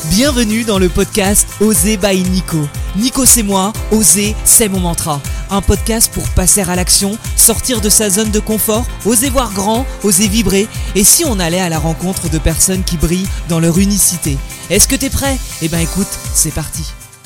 Bienvenue dans le podcast Oser by Nico. Nico c'est moi, oser c'est mon mantra. Un podcast pour passer à l'action, sortir de sa zone de confort, oser voir grand, oser vibrer. Et si on allait à la rencontre de personnes qui brillent dans leur unicité? Est-ce que t'es prêt? Eh ben écoute, c'est parti.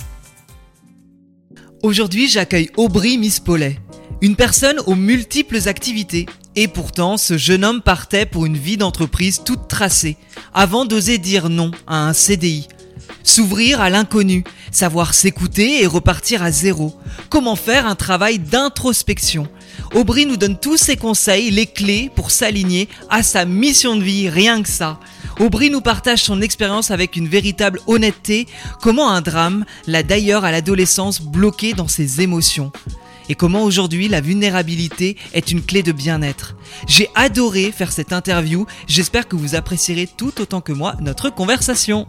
Aujourd'hui j'accueille Aubry Miss Paulet. Une personne aux multiples activités. Et pourtant, ce jeune homme partait pour une vie d'entreprise toute tracée, avant d'oser dire non à un CDI. S'ouvrir à l'inconnu, savoir s'écouter et repartir à zéro. Comment faire un travail d'introspection? Aubry nous donne tous ses conseils, les clés pour s'aligner à sa mission de vie, rien que ça. Aubry nous partage son expérience avec une véritable honnêteté, comment un drame l'a d'ailleurs à l'adolescence bloqué dans ses émotions. Et comment aujourd'hui la vulnérabilité est une clé de bien-être. J'ai adoré faire cette interview, j'espère que vous apprécierez tout autant que moi notre conversation.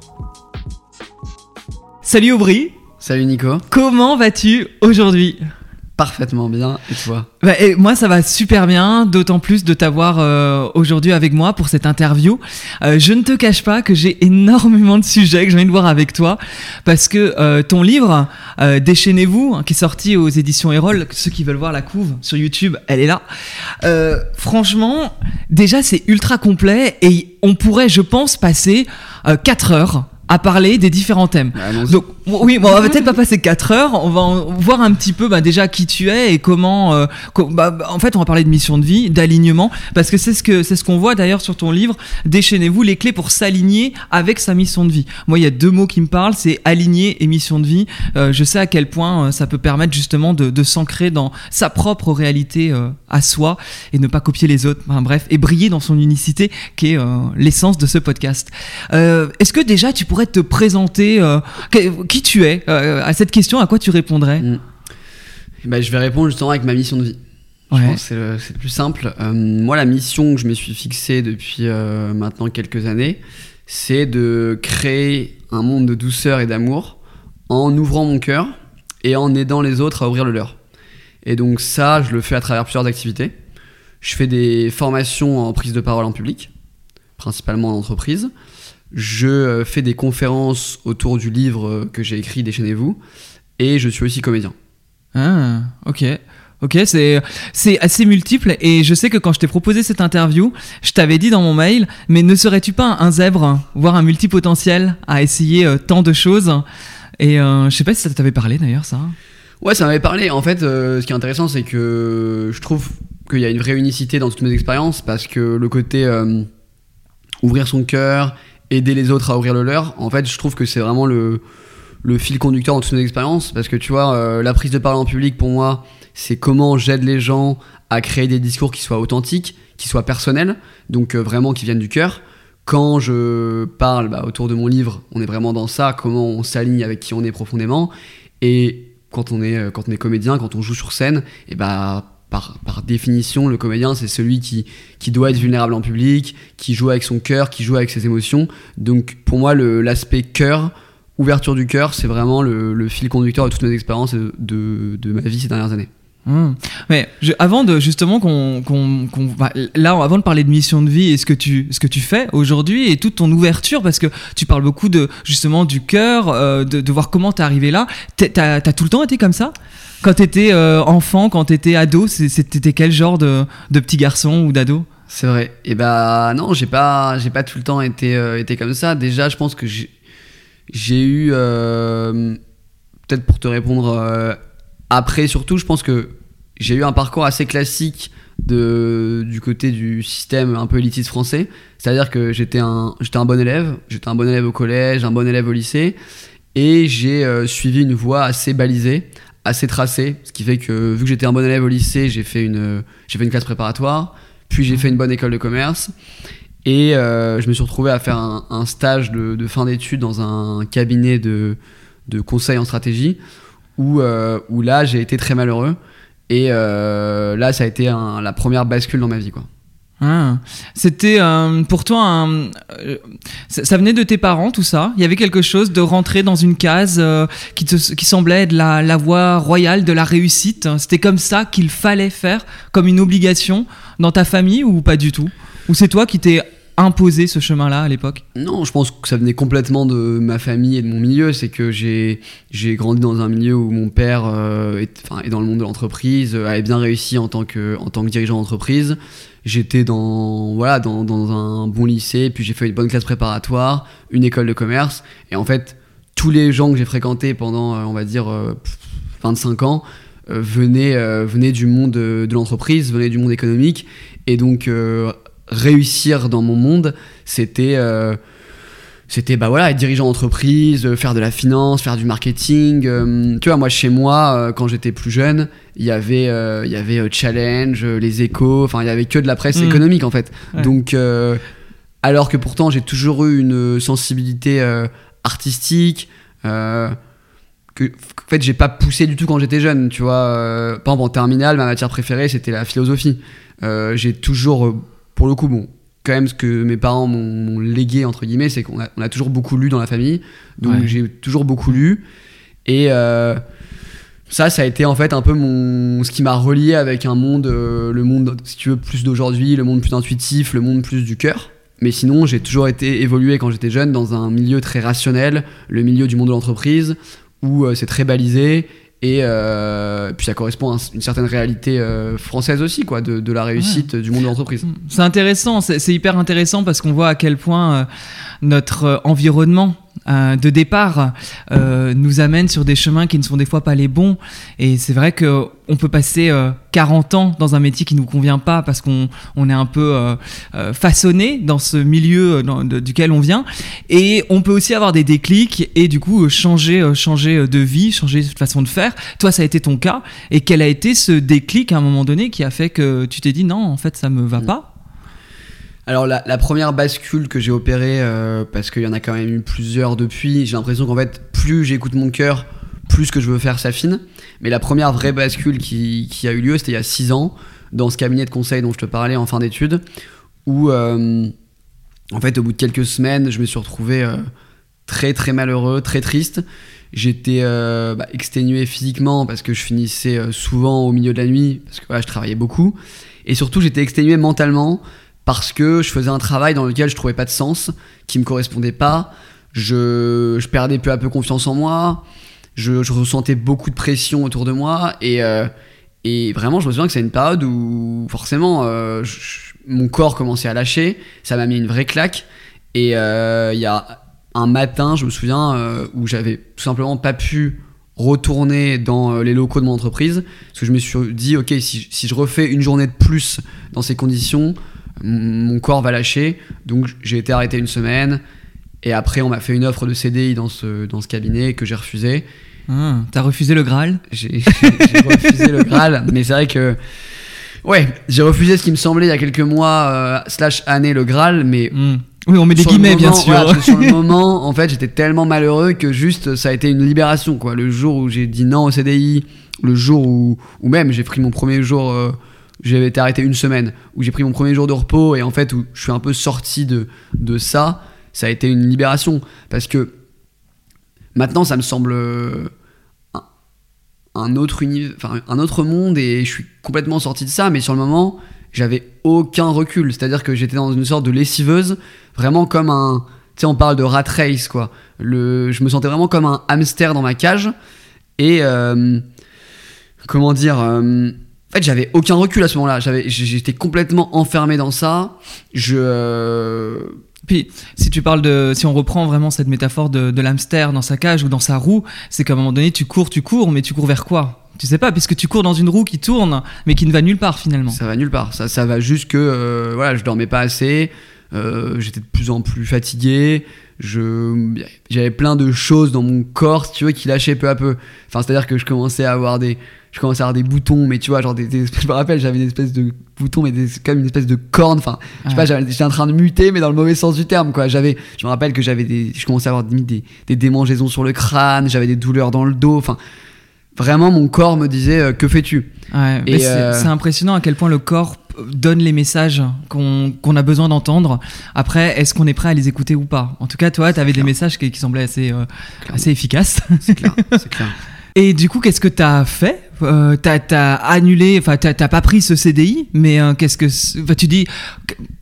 Salut Aubry. Salut Nico. Comment vas-tu aujourd'hui ? Parfaitement bien, et toi ? Et moi ça va super bien, d'autant plus de t'avoir aujourd'hui avec moi pour cette interview. Je ne te cache pas que j'ai énormément de sujets que j'ai envie de voir avec toi, parce que ton livre Déchaînez-vous, qui est sorti aux éditions Erol, ceux qui veulent voir la couve sur YouTube, elle est là. Franchement, déjà c'est ultra complet et on pourrait, je pense, passer 4 heures à parler des différents thèmes. Donc oui, bon, on va peut-être pas passer 4 heures, on va voir un petit peu déjà qui tu es et comment en fait on va parler de mission de vie, d'alignement, parce que c'est ce qu'on voit d'ailleurs sur ton livre Déchaînez-vous, les clés pour s'aligner avec sa mission de vie. Moi, il y a 2 mots qui me parlent, c'est aligner et mission de vie. Je sais à quel point ça peut permettre justement de s'ancrer dans sa propre réalité à soi et ne pas copier les autres, bref, et briller dans son unicité qui est l'essence de ce podcast. Est-ce que déjà tu pourrais te présenter qui tu es, à cette question, à quoi tu répondrais? Je vais répondre justement avec ma mission de vie. Je pense que c'est le plus simple. Moi, la mission que je me suis fixée depuis maintenant quelques années, c'est de créer un monde de douceur et d'amour en ouvrant mon cœur et en aidant les autres à ouvrir le leur. Et donc ça, je le fais à travers plusieurs activités. Je fais des formations en prise de parole en public, principalement en entreprise. Je fais des conférences autour du livre que j'ai écrit, Déchaînez-vous, et je suis aussi comédien. Ah, ok, c'est assez multiple, et je sais que quand je t'ai proposé cette interview, je t'avais dit dans mon mail, mais ne serais-tu pas un zèbre, voire un multipotentiel à essayer tant de choses? Et je sais pas si ça t'avait parlé d'ailleurs, ça. Ouais, ça m'avait parlé. En fait, ce qui est intéressant, c'est que je trouve qu'il y a une vraie unicité dans toutes mes expériences, parce que le côté ouvrir son cœur, aider les autres à ouvrir le leur, en fait je trouve que c'est vraiment le fil conducteur dans toutes nos expériences, parce que tu vois, la prise de parole en public pour moi c'est comment j'aide les gens à créer des discours qui soient authentiques, qui soient personnels, donc vraiment qui viennent du cœur. Quand je parle autour de mon livre, on est vraiment dans ça, comment on s'aligne avec qui on est profondément, et quand on est comédien, quand on joue sur scène, et par définition, le comédien, c'est celui qui doit être vulnérable en public, qui joue avec son cœur, qui joue avec ses émotions. Donc, pour moi, l'aspect cœur, ouverture du cœur, c'est vraiment le fil conducteur de toutes mes expériences de ma vie ces dernières années. Mais avant de justement avant de parler de mission de vie et ce que tu fais aujourd'hui et toute ton ouverture, parce que tu parles beaucoup justement du cœur, de voir comment t'es arrivé là. T'as tout le temps été comme ça? Quand t'étais enfant, quand t'étais ado, t'étais quel genre de petit garçon ou d'ado? C'est vrai. Et non, j'ai pas tout le temps été comme ça. Déjà, je pense que j'ai eu peut-être pour te répondre après, surtout, je pense que j'ai eu un parcours assez classique du côté du système un peu élitiste français. C'est-à-dire que j'étais un bon élève. J'étais un bon élève au collège, un bon élève au lycée. Et j'ai suivi une voie assez balisée, assez tracée. Ce qui fait que, vu que j'étais un bon élève au lycée, j'ai fait une classe préparatoire. Puis j'ai fait une bonne école de commerce. Et je me suis retrouvé à faire un stage de fin d'études dans un cabinet de conseil en stratégie. Où là j'ai été très malheureux et là ça a été la première bascule dans ma vie, quoi. C'était pour toi ça venait de tes parents, tout ça? Il y avait quelque chose de rentrer dans une case qui semblait être la voie royale de la réussite? C'était comme ça qu'il fallait faire, comme une obligation dans ta famille, ou pas du tout? Ou c'est toi qui t'es imposé ce chemin-là à l'époque? Non, je pense que ça venait complètement de ma famille et de mon milieu. C'est que j'ai grandi dans un milieu où mon père est dans le monde de l'entreprise, avait bien réussi en tant que dirigeant d'entreprise. J'étais dans un bon lycée, puis j'ai fait une bonne classe préparatoire, une école de commerce. Et en fait, tous les gens que j'ai fréquentés pendant, on va dire, 25 ans, venaient du monde de l'entreprise, venaient du monde économique. Et donc, réussir dans mon monde, c'était être dirigeant d'entreprise, faire de la finance, faire du marketing. Tu vois, moi, chez moi, quand j'étais plus jeune, il y avait Challenge, Les Échos, enfin, il y avait que de la presse économique, en fait. Ouais. Donc, alors que pourtant, j'ai toujours eu une sensibilité artistique, que en fait j'ai pas poussé du tout quand j'étais jeune, tu vois. Par exemple en terminale, ma matière préférée c'était la philosophie. J'ai toujours, pour le coup, quand même ce que mes parents m'ont légué entre guillemets, c'est qu'on a toujours beaucoup lu dans la famille, donc j'ai toujours beaucoup lu, et ça a été en fait un peu ce qui m'a relié avec un monde, le monde si tu veux plus d'aujourd'hui, le monde plus intuitif, le monde plus du cœur. Mais sinon j'ai toujours évolué quand j'étais jeune dans un milieu très rationnel, le milieu du monde de l'entreprise, où c'est très balisé, et puis ça correspond à une certaine réalité française aussi, quoi, de la réussite du monde de l'entreprise. C'est intéressant, c'est hyper intéressant parce qu'on voit à quel point notre environnement de départ nous amène sur des chemins qui ne sont des fois pas les bons, et c'est vrai qu'on peut passer 40 ans dans un métier qui ne nous convient pas parce qu'on est un peu façonné dans ce milieu duquel on vient, et on peut aussi avoir des déclics et du coup changer de vie, changer de façon de faire. Toi ça a été ton cas, et quel a été ce déclic à un moment donné qui a fait que tu t'es dit non en fait ça me va pas? Alors la première bascule que j'ai opérée, parce qu'il y en a quand même eu plusieurs depuis, j'ai l'impression qu'en fait plus j'écoute mon cœur, plus ce que je veux faire s'affine. Mais la première vraie bascule qui a eu lieu, c'était il y a 6 ans, dans ce cabinet de conseil dont je te parlais en fin d'études, où en fait au bout de quelques semaines, je me suis retrouvé très très malheureux, très triste. J'étais exténué physiquement parce que je finissais souvent au milieu de la nuit, parce que je travaillais beaucoup, et surtout j'étais exténué mentalement, parce que je faisais un travail dans lequel je trouvais pas de sens, qui me correspondait pas. Je perdais peu à peu confiance en moi, je ressentais beaucoup de pression autour de moi, et vraiment je me souviens que c'est une période où forcément mon corps commençait à lâcher. Ça m'a mis une vraie claque, et il y a un matin, je me souviens, où j'avais tout simplement pas pu retourner dans les locaux de mon entreprise, parce que je me suis dit ok, si je refais une journée de plus dans ces conditions, mon corps va lâcher. Donc j'ai été arrêté 1 semaine, et après on m'a fait une offre de CDI dans ce cabinet que j'ai refusé. T'as refusé le Graal? J'ai refusé le Graal, mais c'est vrai que j'ai refusé ce qui me semblait il y a quelques mois /année le Graal, mais oui, on met des guillemets, bien sûr. Voilà, sur le moment, en fait, j'étais tellement malheureux que juste ça a été une libération, quoi. Le jour où j'ai dit non au CDI, le jour où même j'ai pris mon premier jour, j'avais été arrêté 1 semaine, où j'ai pris mon premier jour de repos, et en fait où je suis un peu sorti de ça a été une libération, parce que maintenant ça me semble un autre monde, et je suis complètement sorti de ça, mais sur le moment j'avais aucun recul, c'est-à-dire que j'étais dans une sorte de lessiveuse, vraiment comme un, tu sais, on parle de rat race, quoi. Je me sentais vraiment comme un hamster dans ma cage, et comment dire, en fait j'avais aucun recul à ce moment-là, j'étais complètement enfermé dans ça. Puis si on reprend vraiment cette métaphore de l'hamster dans sa cage ou dans sa roue, c'est qu'à un moment donné tu cours, mais tu cours vers quoi? Tu sais pas, puisque tu cours dans une roue qui tourne mais qui ne va nulle part finalement. Ça va nulle part, ça va juste que je dormais pas assez, j'étais de plus en plus fatigué, j'avais plein de choses dans mon corps, si tu veux, qui lâchaient peu à peu. Enfin, c'est-à-dire que je commençais à avoir des boutons, mais tu vois, genre je me rappelle, j'avais une espèce de boutons, mais comme une espèce de corne, enfin, je sais pas, j'étais en train de muter, mais dans le mauvais sens du terme, quoi. Je me rappelle que je commençais à avoir des démangeaisons sur le crâne, j'avais des douleurs dans le dos, enfin, vraiment, mon corps me disait, que fais-tu? Ouais, et c'est impressionnant à quel point le corps donne les messages qu'on a besoin d'entendre. Après, est-ce qu'on est prêt à les écouter ou pas? En tout cas, toi, t'avais des messages qui semblaient assez efficaces. C'est clair. Et du coup, qu'est-ce que t'as fait? T'as annulé, enfin, t'as pas pris ce CDI, mais tu dis,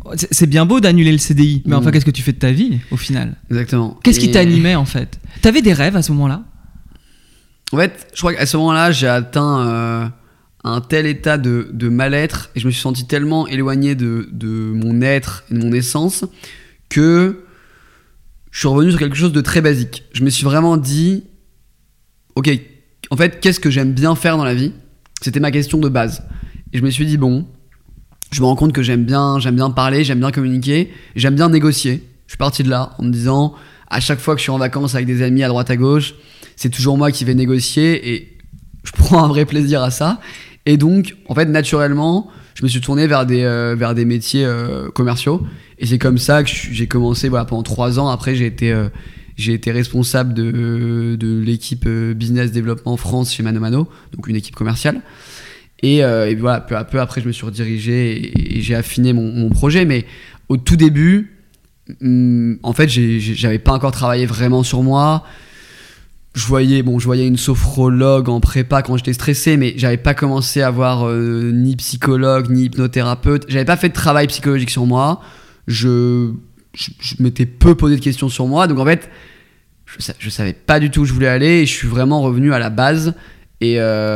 C'est bien beau d'annuler le CDI, mais enfin, qu'est-ce que tu fais de ta vie au final? Exactement. Qu'est-ce qui t'animait en fait? T'avais des rêves à ce moment-là? En fait, je crois qu'à ce moment-là, j'ai atteint un tel état de mal-être et je me suis senti tellement éloigné de mon être et de mon essence que je suis revenu sur quelque chose de très basique. Je me suis vraiment dit, ok, en fait, qu'est-ce que j'aime bien faire dans la vie? C'était ma question de base. Et je me suis dit, bon, je me rends compte que j'aime bien parler, j'aime bien communiquer, j'aime bien négocier. Je suis parti de là en me disant, à chaque fois que je suis en vacances avec des amis à droite à gauche, c'est toujours moi qui vais négocier et je prends un vrai plaisir à ça. Et donc, en fait, naturellement, je me suis tourné vers des métiers commerciaux. Et c'est comme ça que j'ai commencé pendant 3 ans. Après, j'ai été responsable de l'équipe Business Développement France chez Mano Mano, donc une équipe commerciale. Et voilà, peu à peu, après, je me suis redirigé et j'ai affiné mon projet. Mais au tout début, en fait, j'avais pas encore travaillé vraiment sur moi. Je voyais une sophrologue en prépa quand j'étais stressé, mais j'avais pas commencé à voir ni psychologue, ni hypnothérapeute. J'avais pas fait de travail psychologique sur moi. Je m'étais peu posé de questions sur moi. Donc en fait, je savais pas du tout où je voulais aller et je suis vraiment revenu à la base. Et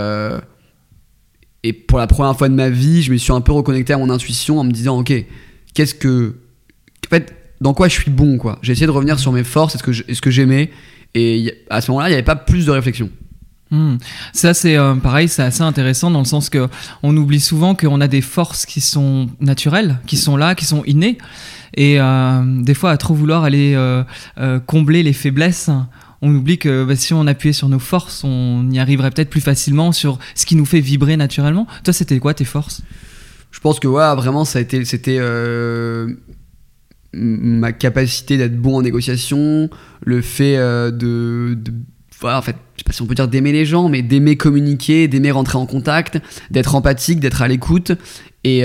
pour la première fois de ma vie, je me suis un peu reconnecté à mon intuition en me disant, ok, en fait, dans quoi je suis bon, quoi. J'ai essayé de revenir sur mes forces, est-ce que j'aimais. Et à ce moment-là, il n'y avait pas plus de réflexion. Ça, c'est pareil, c'est assez intéressant dans le sens qu'on oublie souvent qu'on a des forces qui sont naturelles, qui sont là, qui sont innées. Et des fois, à trop vouloir aller combler les faiblesses, on oublie que si on appuyait sur nos forces, on y arriverait peut-être plus facilement sur ce qui nous fait vibrer naturellement. Toi, c'était quoi tes forces? Je pense que vraiment, c'était ma capacité d'être bon en négociation, le fait voilà, en fait, je sais pas si on peut dire d'aimer les gens, mais d'aimer communiquer, d'aimer rentrer en contact, d'être empathique, d'être à l'écoute. Et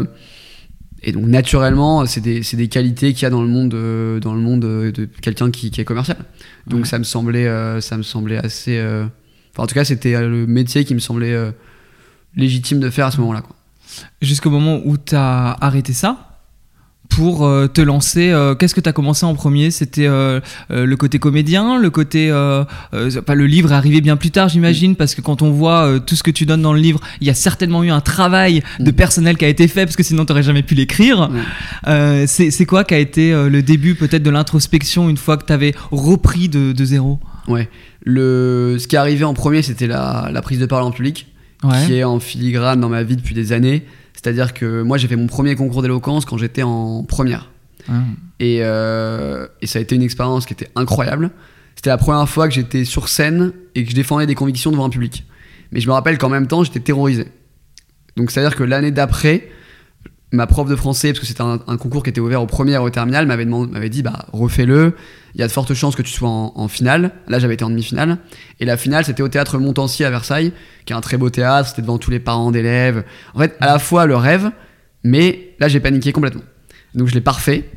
donc naturellement, c'est des qualités qu'il y a dans le monde de quelqu'un qui est commercial. Donc ça me semblait assez. En tout cas, c'était le métier qui me semblait légitime de faire à ce moment-là, quoi. Jusqu'au moment où tu as arrêté ça pour te lancer, qu'est-ce que tu as commencé en premier? C'était le côté comédien, le côté... le livre est arrivé bien plus tard, j'imagine, parce que quand on voit tout ce que tu donnes dans le livre, il y a certainement eu un travail de personnel qui a été fait, parce que sinon tu n'aurais jamais pu l'écrire. C'est quoi qui a été le début peut-être de l'introspection une fois que tu avais repris de zéro? Ouais, ce qui est arrivé en premier, c'était la prise de parole en public, qui est en filigrane dans ma vie depuis des années. C'est-à-dire que moi, j'ai fait mon premier concours d'éloquence quand j'étais en première. Et ça a été une expérience qui était incroyable. C'était la première fois que j'étais sur scène et que je défendais des convictions devant un public. Mais je me rappelle qu'en même temps, j'étais terrorisé. Donc, c'est-à-dire que l'année d'après, ma prof de français, parce que c'était un concours qui était ouvert au premier et au terminal, m'avait dit, refais-le. Il y a de fortes chances que tu sois en finale. Là, j'avais été en demi-finale. Et la finale, c'était au théâtre Montancy à Versailles, qui est un très beau théâtre. C'était devant tous les parents d'élèves. En fait, à la fois le rêve, mais là, j'ai paniqué complètement. Donc, je l'ai pas refait.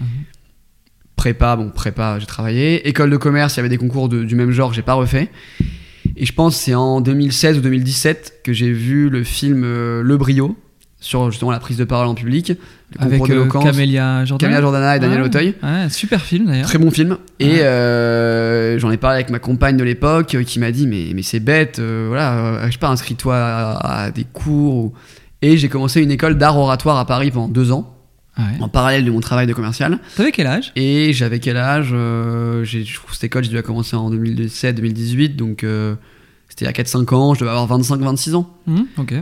Prépa, j'ai travaillé. École de commerce, il y avait des concours du même genre, j'ai pas refait. Et je pense que c'est en 2016 ou 2017 que j'ai vu le film Le Brio, sur justement la prise de parole en public, avec Camélia Jordana et Daniel Auteuil. Super film d'ailleurs. Très bon film. Et j'en ai parlé avec ma compagne de l'époque qui m'a dit mais c'est bête, je sais pas, inscris-toi à des cours. Et j'ai commencé une école d'art oratoire à Paris pendant 2 ans, en parallèle de mon travail de commercial. T'avais quel âge? Et j'avais quel âge? Je trouve que cette école, j'ai dû commencer en 2017-2018, donc c'était il y a 4-5 ans, je devais avoir 25-26 ans. Ok.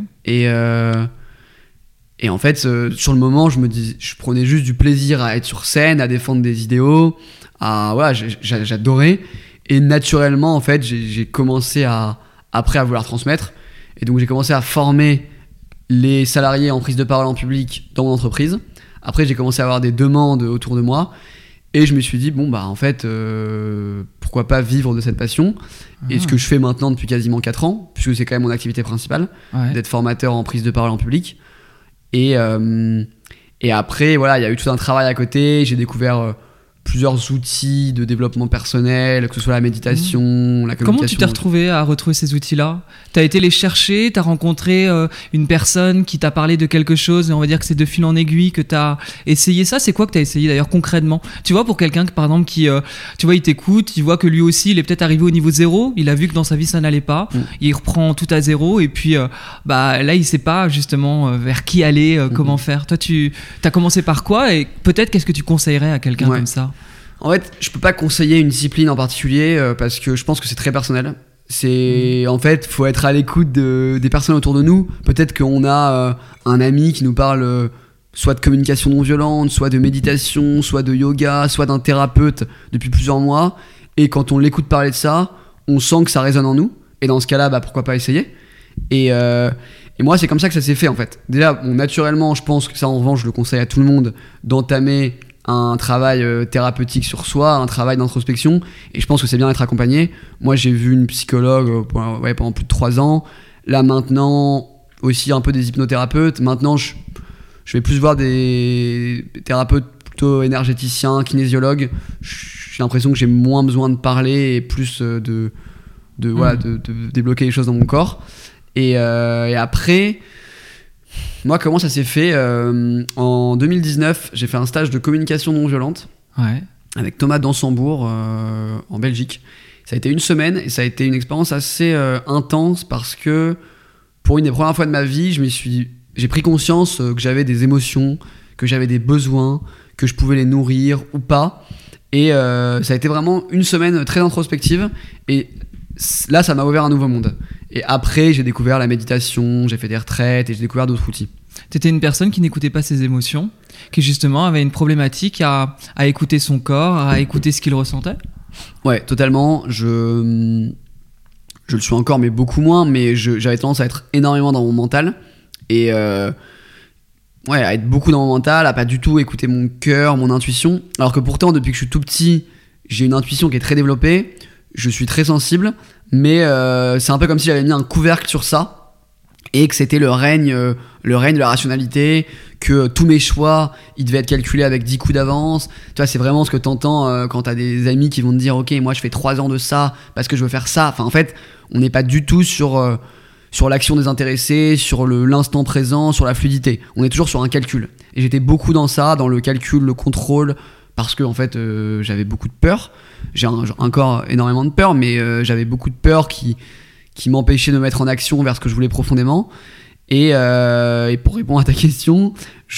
Et en fait, sur le moment, je prenais juste du plaisir à être sur scène, à défendre des idéaux, j'adorais. Et naturellement, en fait, j'ai commencé après à vouloir transmettre. Et donc, j'ai commencé à former les salariés en prise de parole en public dans mon entreprise. Après, j'ai commencé à avoir des demandes autour de moi. Et je me suis dit, en fait, pourquoi pas vivre de cette passion? Et ce que je fais maintenant depuis quasiment 4 ans, puisque c'est quand même mon activité principale, d'être formateur en prise de parole en public. Et après, il y a eu tout un travail à côté. J'ai découvert plusieurs outils de développement personnel, que ce soit la méditation, la communication. Comment tu t'es retrouvé à retrouver ces outils-là ? T'as été les chercher, t'as rencontré une personne qui t'a parlé de quelque chose, et on va dire que c'est de fil en aiguille que t'as essayé ça. C'est quoi que t'as essayé d'ailleurs concrètement ? Tu vois, pour quelqu'un par exemple qui, tu vois, il t'écoute, il voit que lui aussi, il est peut-être arrivé au niveau 0, il a vu que dans sa vie ça n'allait pas, il reprend tout à 0, et puis là il sait pas justement vers qui aller, comment faire. Toi, t'as commencé par quoi, et peut-être qu'est-ce que tu conseillerais à quelqu'un comme ça ? En fait, je peux pas conseiller une discipline en particulier parce que je pense que c'est très personnel. En fait, faut être à l'écoute des personnes autour de nous. Peut-être qu'on a un ami qui nous parle soit de communication non violente, soit de méditation, soit de yoga, soit d'un thérapeute depuis plusieurs mois. Et quand on l'écoute parler de ça, on sent que ça résonne en nous. Et dans ce cas-là, pourquoi pas essayer ? Et moi, c'est comme ça que ça s'est fait en fait. Déjà, naturellement, je pense que ça, en revanche, je le conseille à tout le monde d'entamer un travail thérapeutique sur soi, un travail d'introspection, et je pense que c'est bien d'être accompagné. Moi, j'ai vu une psychologue pendant plus de 3 ans. Là, maintenant, aussi un peu des hypnothérapeutes. Maintenant, je vais plus voir des thérapeutes plutôt énergéticiens, kinésiologues. J'ai l'impression que j'ai moins besoin de parler et plus de débloquer les choses dans mon corps. Et après... Moi, comment ça s'est fait ? En 2019, j'ai fait un stage de communication non violente avec Thomas Dansembourg en Belgique. Ça a été 1 semaine et ça a été une expérience assez intense parce que pour une des premières fois de ma vie, j'ai pris conscience que j'avais des émotions, que j'avais des besoins, que je pouvais les nourrir ou pas. Et ça a été vraiment 1 semaine très introspective. Et là, ça m'a ouvert un nouveau monde. Et après, j'ai découvert la méditation, j'ai fait des retraites et j'ai découvert d'autres outils. T'étais une personne qui n'écoutait pas ses émotions, qui justement avait une problématique à écouter son corps, à écouter ce qu'il ressentait ? Ouais, totalement. Je le suis encore, mais beaucoup moins. Mais j'avais tendance à être énormément dans mon mental. Et à être beaucoup dans mon mental, à pas du tout écouter mon cœur, mon intuition. Alors que pourtant, depuis que je suis tout petit, j'ai une intuition qui est très développée. Je suis très sensible, mais c'est un peu comme si j'avais mis un couvercle sur ça et que c'était le règne de la rationalité, que tous mes choix, ils devaient être calculés avec 10 coups d'avance. Tu vois, c'est vraiment ce que t'entends quand t'as des amis qui vont te dire « Ok, moi je fais 3 ans de ça parce que je veux faire ça ». Enfin, en fait, on n'est pas du tout sur l'action désintéressée, sur l'instant présent, sur la fluidité. On est toujours sur un calcul. Et j'étais beaucoup dans ça, dans le calcul, le contrôle, parce que en fait, j'avais beaucoup de peur. J'ai encore énormément de peur, mais j'avais beaucoup de peur qui m'empêchait de me mettre en action vers ce que je voulais profondément. Et pour répondre à ta question,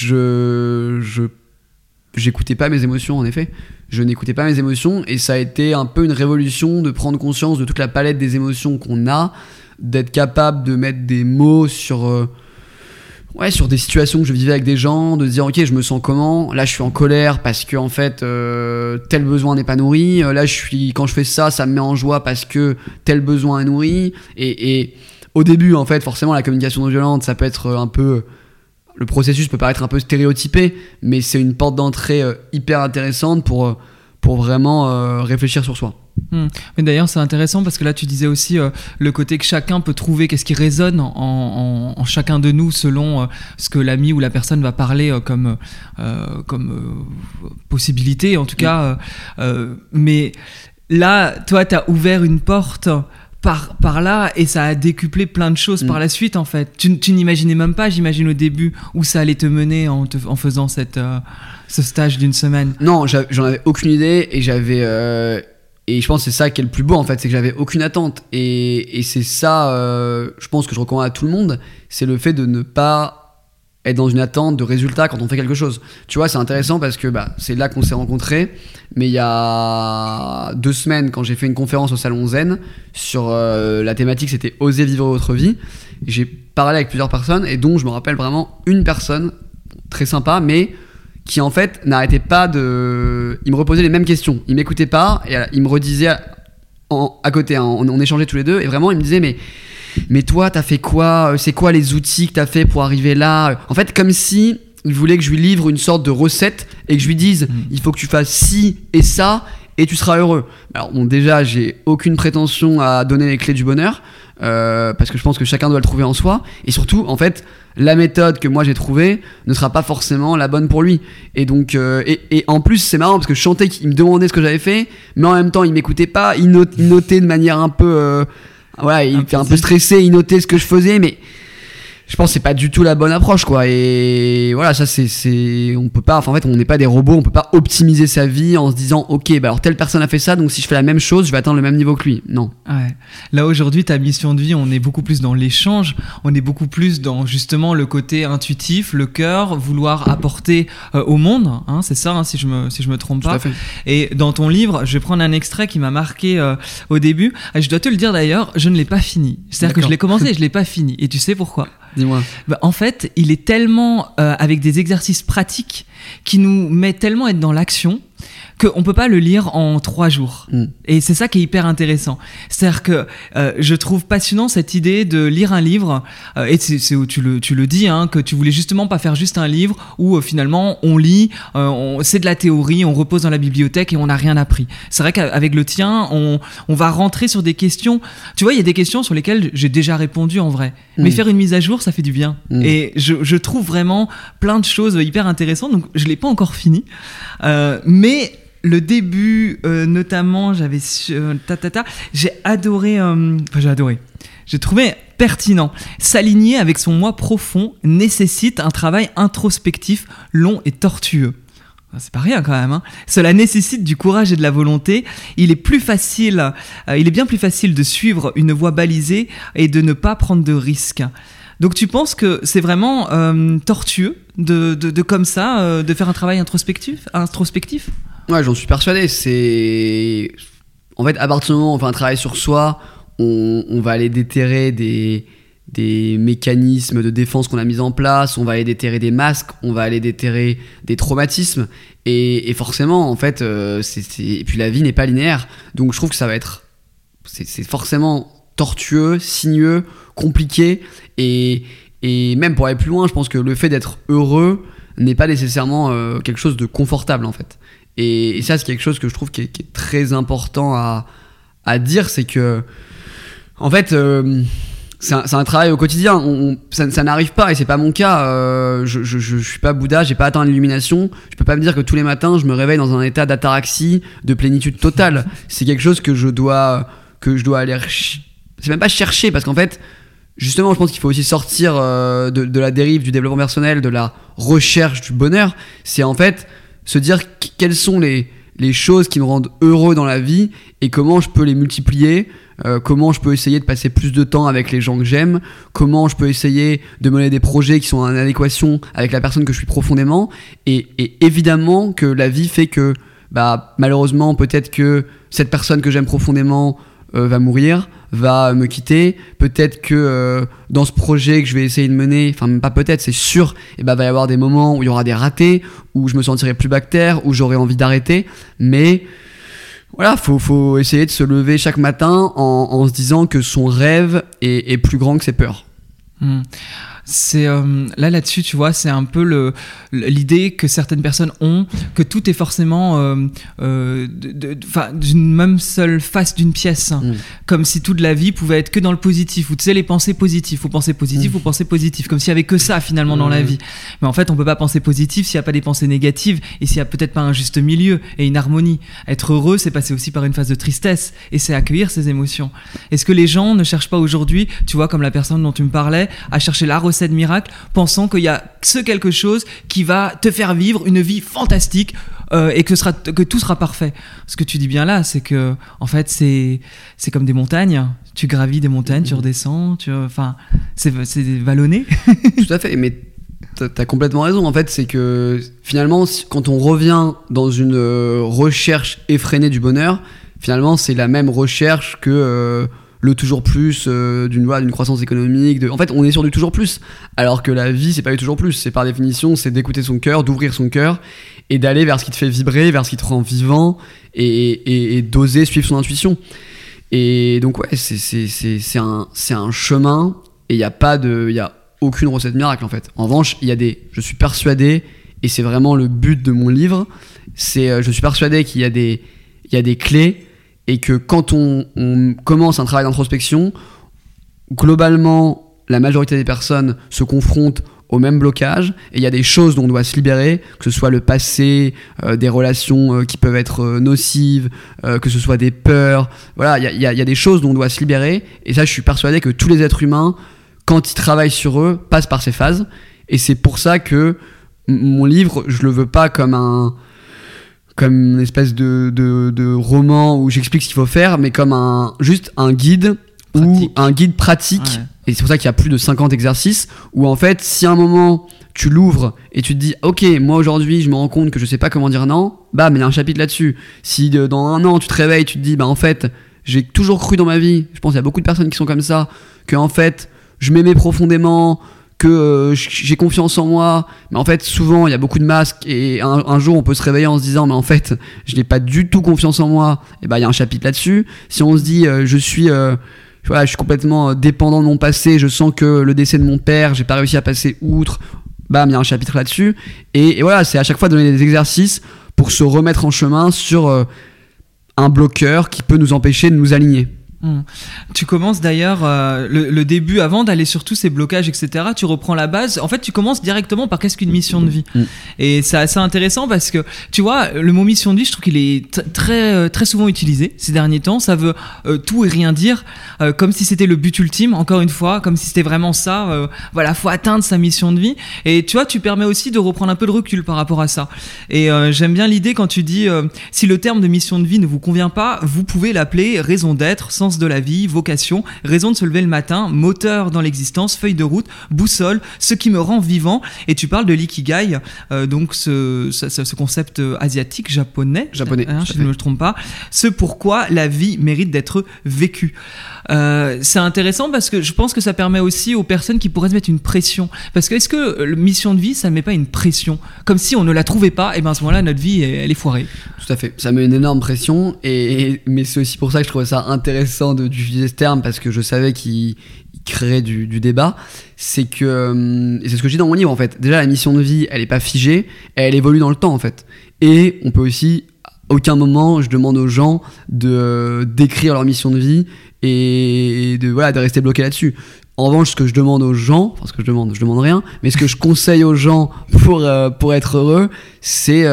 j'écoutais pas mes émotions, en effet. Je n'écoutais pas mes émotions, et ça a été un peu une révolution de prendre conscience de toute la palette des émotions qu'on a, d'être capable de mettre des mots sur des situations que je vivais avec des gens, de se dire ok, je me sens comment, là je suis en colère parce que en fait tel besoin n'est pas nourri, là quand je fais ça, ça me met en joie parce que tel besoin est nourri. Et au début, en fait, forcément, la communication non violente, ça peut être un peu, le processus peut paraître un peu stéréotypé, mais c'est une porte d'entrée hyper intéressante pour vraiment réfléchir sur soi. Mais d'ailleurs, c'est intéressant parce que là, tu disais aussi le côté que chacun peut trouver qu'est-ce qui résonne en chacun de nous selon ce que l'ami ou la personne va parler comme possibilité, en tout cas. Mais là, toi, tu as ouvert une porte par là et ça a décuplé plein de choses par la suite, en fait. Tu n'imaginais même pas, j'imagine, au début, où ça allait te mener en faisant ce stage d'1 semaine. Non, j'en avais aucune idée et et je pense que c'est ça qui est le plus beau, en fait, c'est que j'avais aucune attente. Et c'est ça, je pense que je recommande à tout le monde, c'est le fait de ne pas être dans une attente de résultat quand on fait quelque chose. Tu vois, c'est intéressant parce que c'est là qu'on s'est rencontrés, mais il y a 2 semaines, quand j'ai fait une conférence au Salon Zen, sur la thématique, c'était « Oser vivre votre vie », j'ai parlé avec plusieurs personnes, et dont je me rappelle vraiment une personne, très sympa, mais qui en fait n'arrêtait pas il me reposait les mêmes questions, il m'écoutait pas et il me redisait à côté, hein, on échangeait tous les deux et vraiment il me disait mais toi t'as fait quoi, c'est quoi les outils que t'as fait pour arriver là, en fait comme si il voulait que je lui livre une sorte de recette et que je lui dise il faut que tu fasses ci et ça et tu seras heureux. Alors bon, déjà, j'ai aucune prétention à donner les clés du bonheur, parce que je pense que chacun doit le trouver en soi, et surtout, en fait, la méthode que moi j'ai trouvée ne sera pas forcément la bonne pour lui. Et donc, et en plus, c'est marrant parce que je sentais qu'il me demandait ce que j'avais fait, mais en même temps, il m'écoutait pas, il notait de manière un peu, voilà, il était un peu stressé, il notait ce que je faisais, mais je pense que c'est pas du tout la bonne approche, quoi. Et voilà, ça on peut pas, en fait, on n'est pas des robots, on peut pas optimiser sa vie en se disant ok, bah alors telle personne a fait ça, donc si je fais la même chose, je vais atteindre le même niveau que lui. Non. Ouais. Là aujourd'hui, ta mission de vie, on est beaucoup plus dans l'échange, on est beaucoup plus dans justement le côté intuitif, le cœur, vouloir apporter au monde, hein, c'est ça, hein, si je me trompe pas. Tout à fait. Et dans ton livre, je vais prendre un extrait qui m'a marqué au début. Je dois te le dire d'ailleurs, je ne l'ai pas fini. C'est-à-dire que je l'ai commencé et je l'ai pas fini. Et tu sais pourquoi ? Dis-moi. Bah, en fait, il est tellement avec des exercices pratiques qui nous met tellement être dans l'action qu'on peut pas le lire en 3 jours. Et c'est ça qui est hyper intéressant. C'est-à-dire que je trouve passionnant cette idée de lire un livre, et c'est où tu le dis, hein, que tu voulais justement pas faire juste un livre où finalement on lit, c'est de la théorie, on repose dans la bibliothèque et on n'a rien appris. C'est vrai qu'avec le tien, on va rentrer sur des questions. Tu vois, il y a des questions sur lesquelles j'ai déjà répondu en vrai. Mais faire une mise à jour, ça fait du bien. Et je trouve vraiment plein de choses hyper intéressantes. Donc je l'ai pas encore fini, mais le début, notamment, j'ai adoré. J'ai trouvé pertinent. S'aligner avec son moi profond nécessite un travail introspectif long et tortueux. C'est pas rien quand même, hein. Cela nécessite du courage et de la volonté. Il est bien plus facile de suivre une voie balisée et de ne pas prendre de risques. Donc tu penses que c'est vraiment tortueux de comme ça, de faire un travail introspectif ? Ouais, j'en suis persuadé. C'est en fait, à partir du moment où on fait un travail sur soi, on va aller déterrer des mécanismes de défense qu'on a mis en place, on va aller déterrer des masques, on va aller déterrer des traumatismes, et forcément, en fait, et puis la vie n'est pas linéaire, donc je trouve que ça va être, c'est forcément tortueux, sinueux, compliqué, et même pour aller plus loin, je pense que le fait d'être heureux n'est pas nécessairement quelque chose de confortable, en fait. Et ça, c'est quelque chose que je trouve qui est très important à dire, c'est que, en fait, c'est un travail au quotidien. Ça n'arrive pas, et c'est pas mon cas. Je suis pas Bouddha, j'ai pas atteint l'illumination. Je peux pas me dire que tous les matins, je me réveille dans un état d'ataraxie, de plénitude totale. C'est quelque chose que je dois aller. C'est même pas chercher, parce qu'en fait, justement, je pense qu'il faut aussi sortir de la dérive du développement personnel, de la recherche du bonheur. C'est en fait se dire quelles sont les choses qui me rendent heureux dans la vie et comment je peux les multiplier, comment je peux essayer de passer plus de temps avec les gens que j'aime, comment je peux essayer de mener des projets qui sont en adéquation avec la personne que je suis profondément, et évidemment que la vie fait que malheureusement peut-être que cette personne que j'aime profondément va mourir, va me quitter, peut-être que dans ce projet que je vais essayer de mener, enfin même pas peut-être, c'est sûr, va y avoir des moments où il y aura des ratés, où je me sentirai plus bactère, où j'aurai envie d'arrêter, mais voilà, faut essayer de se lever chaque matin en se disant que son rêve est plus grand que ses peurs. C'est là-dessus, tu vois, c'est un peu l'idée que certaines personnes ont, que tout est forcément d'une même seule face d'une pièce, comme si toute la vie pouvait être que dans le positif, ou tu sais, les pensées positives, faut penser positif, faut penser positif, comme s'il y avait que ça finalement dans la vie. Mais en fait, on peut pas penser positif s'il y a pas des pensées négatives, et s'il y a peut-être pas un juste milieu et une harmonie. Être heureux, c'est passer aussi par une phase de tristesse, et c'est accueillir ses émotions. Est-ce que les gens ne cherchent pas aujourd'hui, tu vois, comme la personne dont tu me parlais, à chercher la recette miracle, pensant qu'il y a quelque chose qui va te faire vivre une vie fantastique, et que tout sera parfait. Ce que tu dis bien là, c'est que en fait c'est comme des montagnes. Tu gravis des montagnes, tu redescends, c'est vallonné. Tout à fait, mais t'as complètement raison. En fait, c'est que finalement, quand on revient dans une recherche effrénée du bonheur, finalement, c'est la même recherche que le toujours plus d'une croissance économique. En fait, on est sur du toujours plus. Alors que la vie, c'est pas du toujours plus. C'est par définition, c'est d'écouter son cœur, d'ouvrir son cœur et d'aller vers ce qui te fait vibrer, vers ce qui te rend vivant et d'oser suivre son intuition. Et donc, ouais, c'est un chemin et il y a aucune recette miracle en fait. En revanche, je suis persuadé, et c'est vraiment le but de mon livre, je suis persuadé qu'il y il y a des clés et que quand on commence un travail d'introspection, globalement, la majorité des personnes se confrontent au même blocage et il y a des choses dont on doit se libérer, que ce soit le passé, des relations qui peuvent être nocives, que ce soit des peurs. Voilà, il y a des choses dont on doit se libérer et ça, je suis persuadé que tous les êtres humains, quand ils travaillent sur eux, passent par ces phases. Et c'est pour ça que mon livre, je le veux pas comme une espèce de roman où j'explique ce qu'il faut faire, mais comme juste un guide pratique. Ou un guide pratique. Ouais. Et c'est pour ça qu'il y a plus de 50 exercices où en fait, si à un moment tu l'ouvres et tu te dis ok, moi aujourd'hui je me rends compte que je sais pas comment dire non, bam, il y a un chapitre là-dessus. Si dans un an tu te réveilles, tu te dis bah en fait j'ai toujours cru dans ma vie, je pense qu'il y a beaucoup de personnes qui sont comme ça, que en fait je m'aimais profondément, que j'ai confiance en moi, mais en fait souvent il y a beaucoup de masques et un jour on peut se réveiller en se disant mais en fait je n'ai pas du tout confiance en moi, et bah il y a un chapitre là-dessus. Si on se dit je suis complètement dépendant de mon passé, je sens que le décès de mon père, j'ai pas réussi à passer outre, bam, il y a un chapitre là-dessus. Et voilà, c'est à chaque fois donner des exercices pour se remettre en chemin sur un bloqueur qui peut nous empêcher de nous aligner. Tu commences d'ailleurs le début, avant d'aller sur tous ces blocages, etc. Tu reprends la base. En fait, tu commences directement par qu'est-ce qu'une mission de vie. Et c'est assez intéressant parce que, tu vois, le mot mission de vie, je trouve qu'il est très, très souvent utilisé ces derniers temps. Ça veut tout et rien dire, comme si c'était le but ultime, encore une fois, comme si c'était vraiment ça. Voilà, faut atteindre sa mission de vie. Et tu vois, tu permets aussi de reprendre un peu de recul par rapport à ça. Et j'aime bien l'idée quand tu dis si le terme de mission de vie ne vous convient pas, vous pouvez l'appeler raison d'être, sens de la vie, vocation, raison de se lever le matin, moteur dans l'existence, feuille de route, boussole, ce qui me rend vivant. Et tu parles de l'ikigai, donc ce concept asiatique, japonais, hein, si je ne me trompe pas, ce pourquoi la vie mérite d'être vécue. C'est intéressant parce que je pense que ça permet aussi aux personnes qui pourraient se mettre une pression. Parce que est-ce que la mission de vie, ça ne met pas une pression ? Comme si on ne la trouvait pas, et bien à ce moment-là, notre vie, elle est foirée. Tout à fait. Ça met une énorme pression, mais c'est aussi pour ça que je trouvais ça intéressant d'utiliser ce terme, parce que je savais qu'il créerait du débat. C'est que, et c'est ce que je dis dans mon livre en fait, déjà la mission de vie, elle n'est pas figée, elle évolue dans le temps en fait. Et on peut aussi, à aucun moment, je demande aux gens d'écrire leur mission de vie et de rester bloqué là-dessus. En revanche, ce que je demande aux gens, enfin je demande rien, mais ce que je conseille aux gens pour être heureux, c'est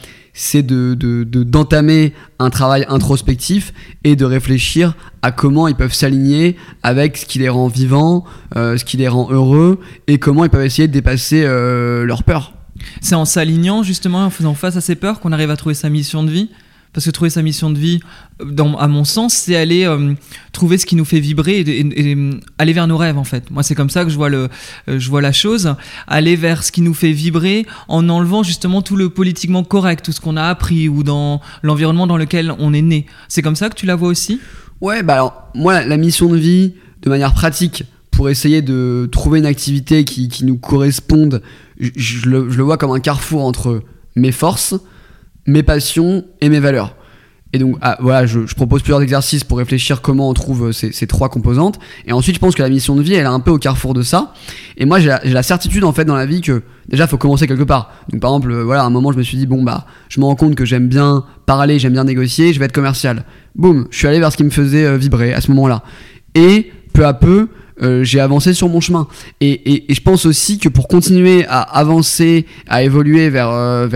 d'entamer un travail introspectif et de réfléchir à comment ils peuvent s'aligner avec ce qui les rend vivants, ce qui les rend heureux, et comment ils peuvent essayer de dépasser leurs peurs. C'est en s'alignant justement, en faisant face à ces peurs, qu'on arrive à trouver sa mission de vie. Parce que trouver sa mission de vie, à mon sens, c'est aller trouver ce qui nous fait vibrer et aller vers nos rêves en fait. Moi, c'est comme ça que je vois la chose. Aller vers ce qui nous fait vibrer en enlevant justement tout le politiquement correct, tout ce qu'on a appris ou dans l'environnement dans lequel on est né. C'est comme ça que tu la vois aussi ? Ouais, bah alors moi, la mission de vie, de manière pratique, pour essayer de trouver une activité qui nous corresponde, je le vois comme un carrefour entre mes forces, mes passions et mes valeurs. Et donc voilà, je propose plusieurs exercices pour réfléchir comment on trouve ces trois composantes. Et ensuite, je pense que la mission de vie, elle est un peu au carrefour de ça. Et moi, j'ai la certitude en fait dans la vie que déjà, faut commencer quelque part. Donc par exemple, à un moment, je me suis dit je me rends compte que j'aime bien parler, j'aime bien négocier, je vais être commercial. Boum, je suis allé vers ce qui me faisait vibrer à ce moment-là. Et peu à peu, j'ai avancé sur mon chemin. Et je pense aussi que pour continuer à avancer, à évoluer vers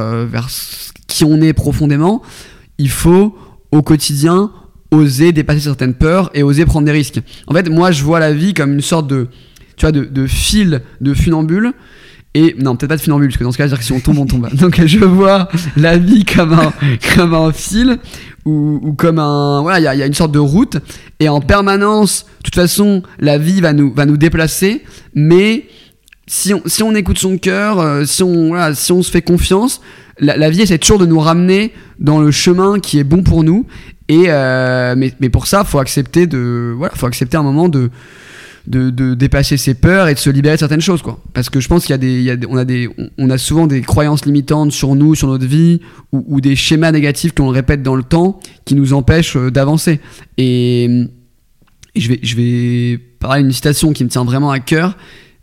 qui on est profondément, il faut au quotidien oser dépasser certaines peurs et oser prendre des risques. En fait, moi je vois la vie comme une sorte de fil de funambule. Et non, peut-être pas de funambule, parce que dans ce cas, c'est-à-dire que si on tombe, on tombe. Donc je vois la vie comme un fil ou comme il y a une sorte de route, et en permanence, de toute façon, la vie va nous déplacer, mais si on écoute son cœur, si on se fait confiance, la vie essaie toujours de nous ramener dans le chemin qui est bon pour nous. Et mais pour ça, faut accepter un moment de dépasser ses peurs et de se libérer de certaines choses, quoi. Parce que je pense on a souvent des croyances limitantes sur nous, sur notre vie, ou des schémas négatifs qu'on répète dans le temps qui nous empêchent d'avancer. Et je vais parler d'une citation qui me tient vraiment à cœur.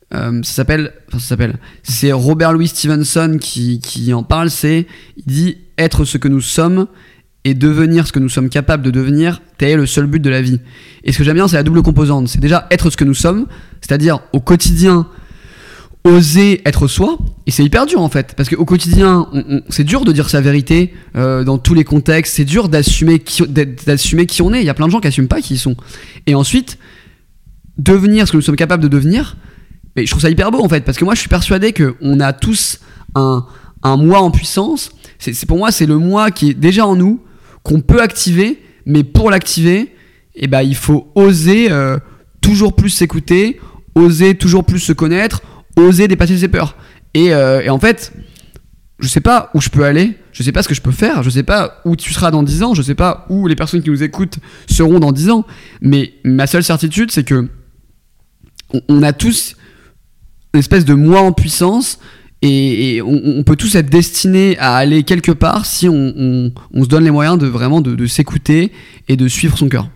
C'est Robert Louis Stevenson qui en parle. Il dit: être ce que nous sommes et devenir ce que nous sommes capables de devenir, tel est le seul but de la vie. Et ce que j'aime bien, c'est la double composante. C'est déjà être ce que nous sommes, c'est-à-dire au quotidien, oser être soi. Et c'est hyper dur en fait, parce qu'au quotidien, c'est dur de dire sa vérité dans tous les contextes, c'est dur d'assumer qui on est. Il y a plein de gens qui n'assument pas qui ils sont. Et ensuite, devenir ce que nous sommes capables de devenir, mais je trouve ça hyper beau en fait, parce que moi je suis persuadé qu'on a tous un moi en puissance. Pour moi, c'est le moi qui est déjà en nous, qu'on peut activer, mais pour l'activer, il faut oser toujours plus s'écouter, oser toujours plus se connaître, oser dépasser ses peurs. Et en fait, je sais pas où je peux aller, je sais pas ce que je peux faire, je sais pas où tu seras dans 10 ans, je sais pas où les personnes qui nous écoutent seront dans 10 ans, mais ma seule certitude, c'est que on a tous une espèce de moi en puissance, et on peut tous être destinés à aller quelque part si on se donne les moyens de vraiment de s'écouter et de suivre son cœur.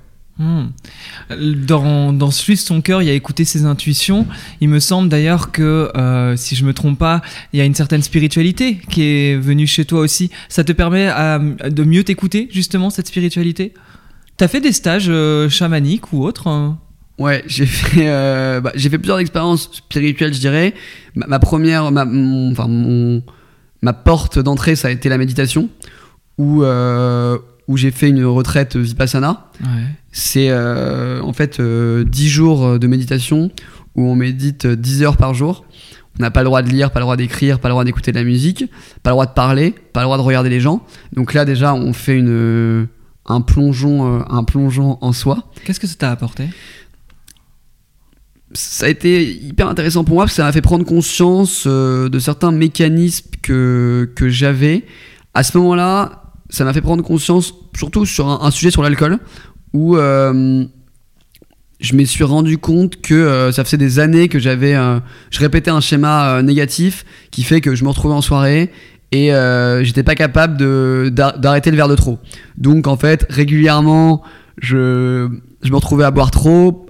Dans suivre son cœur, il y a écouter ses intuitions. Il me semble d'ailleurs que, si je me trompe pas, il y a une certaine spiritualité qui est venue chez toi aussi. Ça te permet de mieux t'écouter, justement, cette spiritualité? T'as fait des stages chamaniques ou autres? Ouais, j'ai fait plusieurs expériences spirituelles, je dirais. Ma première, ma porte d'entrée, ça a été la méditation, où j'ai fait une retraite Vipassana. Ouais. C'est en fait 10 jours de méditation où on médite 10 heures par jour. On n'a pas le droit de lire, pas le droit d'écrire, pas le droit d'écouter de la musique, pas le droit de parler, pas le droit de regarder les gens. Donc là déjà on fait un plongeon en soi. Qu'est-ce que ça t'a apporté ? Ça a été hyper intéressant pour moi parce que ça m'a fait prendre conscience de certains mécanismes que j'avais. À ce moment-là, ça m'a fait prendre conscience surtout sur un sujet sur l'alcool où je me suis rendu compte que ça faisait des années que je répétais un schéma négatif qui fait que je me retrouvais en soirée et j'étais pas capable d'arrêter le verre de trop. Donc en fait, régulièrement, je me retrouvais à boire trop,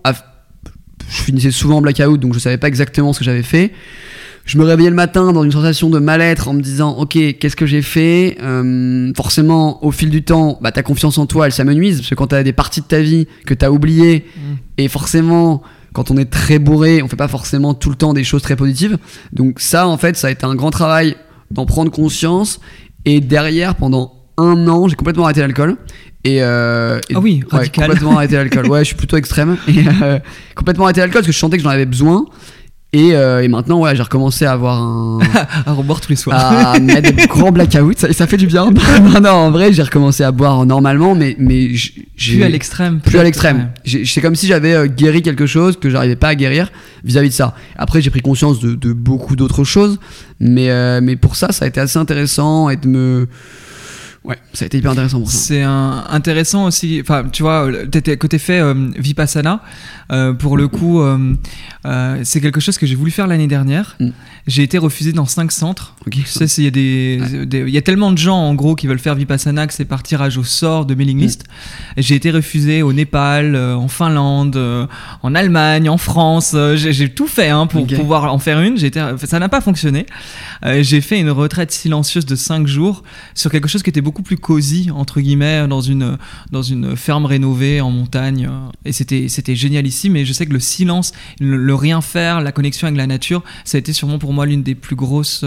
je finissais souvent en blackout, donc je savais pas exactement ce que j'avais fait. Je me réveillais le matin dans une sensation de mal-être en me disant ok, qu'est-ce que j'ai fait. Forcément au fil du temps ta confiance en toi elle s'amenuise parce que quand t'as des parties de ta vie que t'as oubliées et forcément quand on est très bourré on fait pas forcément tout le temps des choses très positives, donc ça en fait ça a été un grand travail d'en prendre conscience. Et derrière pendant 1 an j'ai complètement arrêté l'alcool. Ah oui, radical. Complètement arrêté l'alcool. Ouais, je suis plutôt extrême. Et complètement arrêté l'alcool parce que je sentais que j'en avais besoin. Et maintenant, ouais, j'ai recommencé à avoir à reboire tous les soirs. À mettre des grands blackouts. Ça fait du bien. Non, en vrai, j'ai recommencé à boire normalement, mais plus à l'extrême. Plus à l'extrême. C'est comme si j'avais guéri quelque chose que j'arrivais pas à guérir vis-à-vis de ça. Après, j'ai pris conscience de beaucoup d'autres choses, mais pour ça a été assez intéressant et ouais, ça a été hyper intéressant pour ça. C'est intéressant aussi, enfin, tu vois, que t'aies fait Vipassana, pour le coup, c'est quelque chose que j'ai voulu faire l'année dernière. J'ai été refusé dans 5 centres. Okay. Tu sais, il y a tellement de gens, en gros, qui veulent faire Vipassana que c'est par tirage au sort de mailing list. J'ai été refusé au Népal, en Finlande, en Allemagne, en France. J'ai tout fait pour pouvoir en faire une. Ça n'a pas fonctionné. J'ai fait une retraite silencieuse de 5 jours sur quelque chose qui était beaucoup plus cosy entre guillemets dans une ferme rénovée en montagne, et c'était génialissime. Et je sais que le silence, le rien faire, la connexion avec la nature, ça a été sûrement pour moi l'une des plus grosses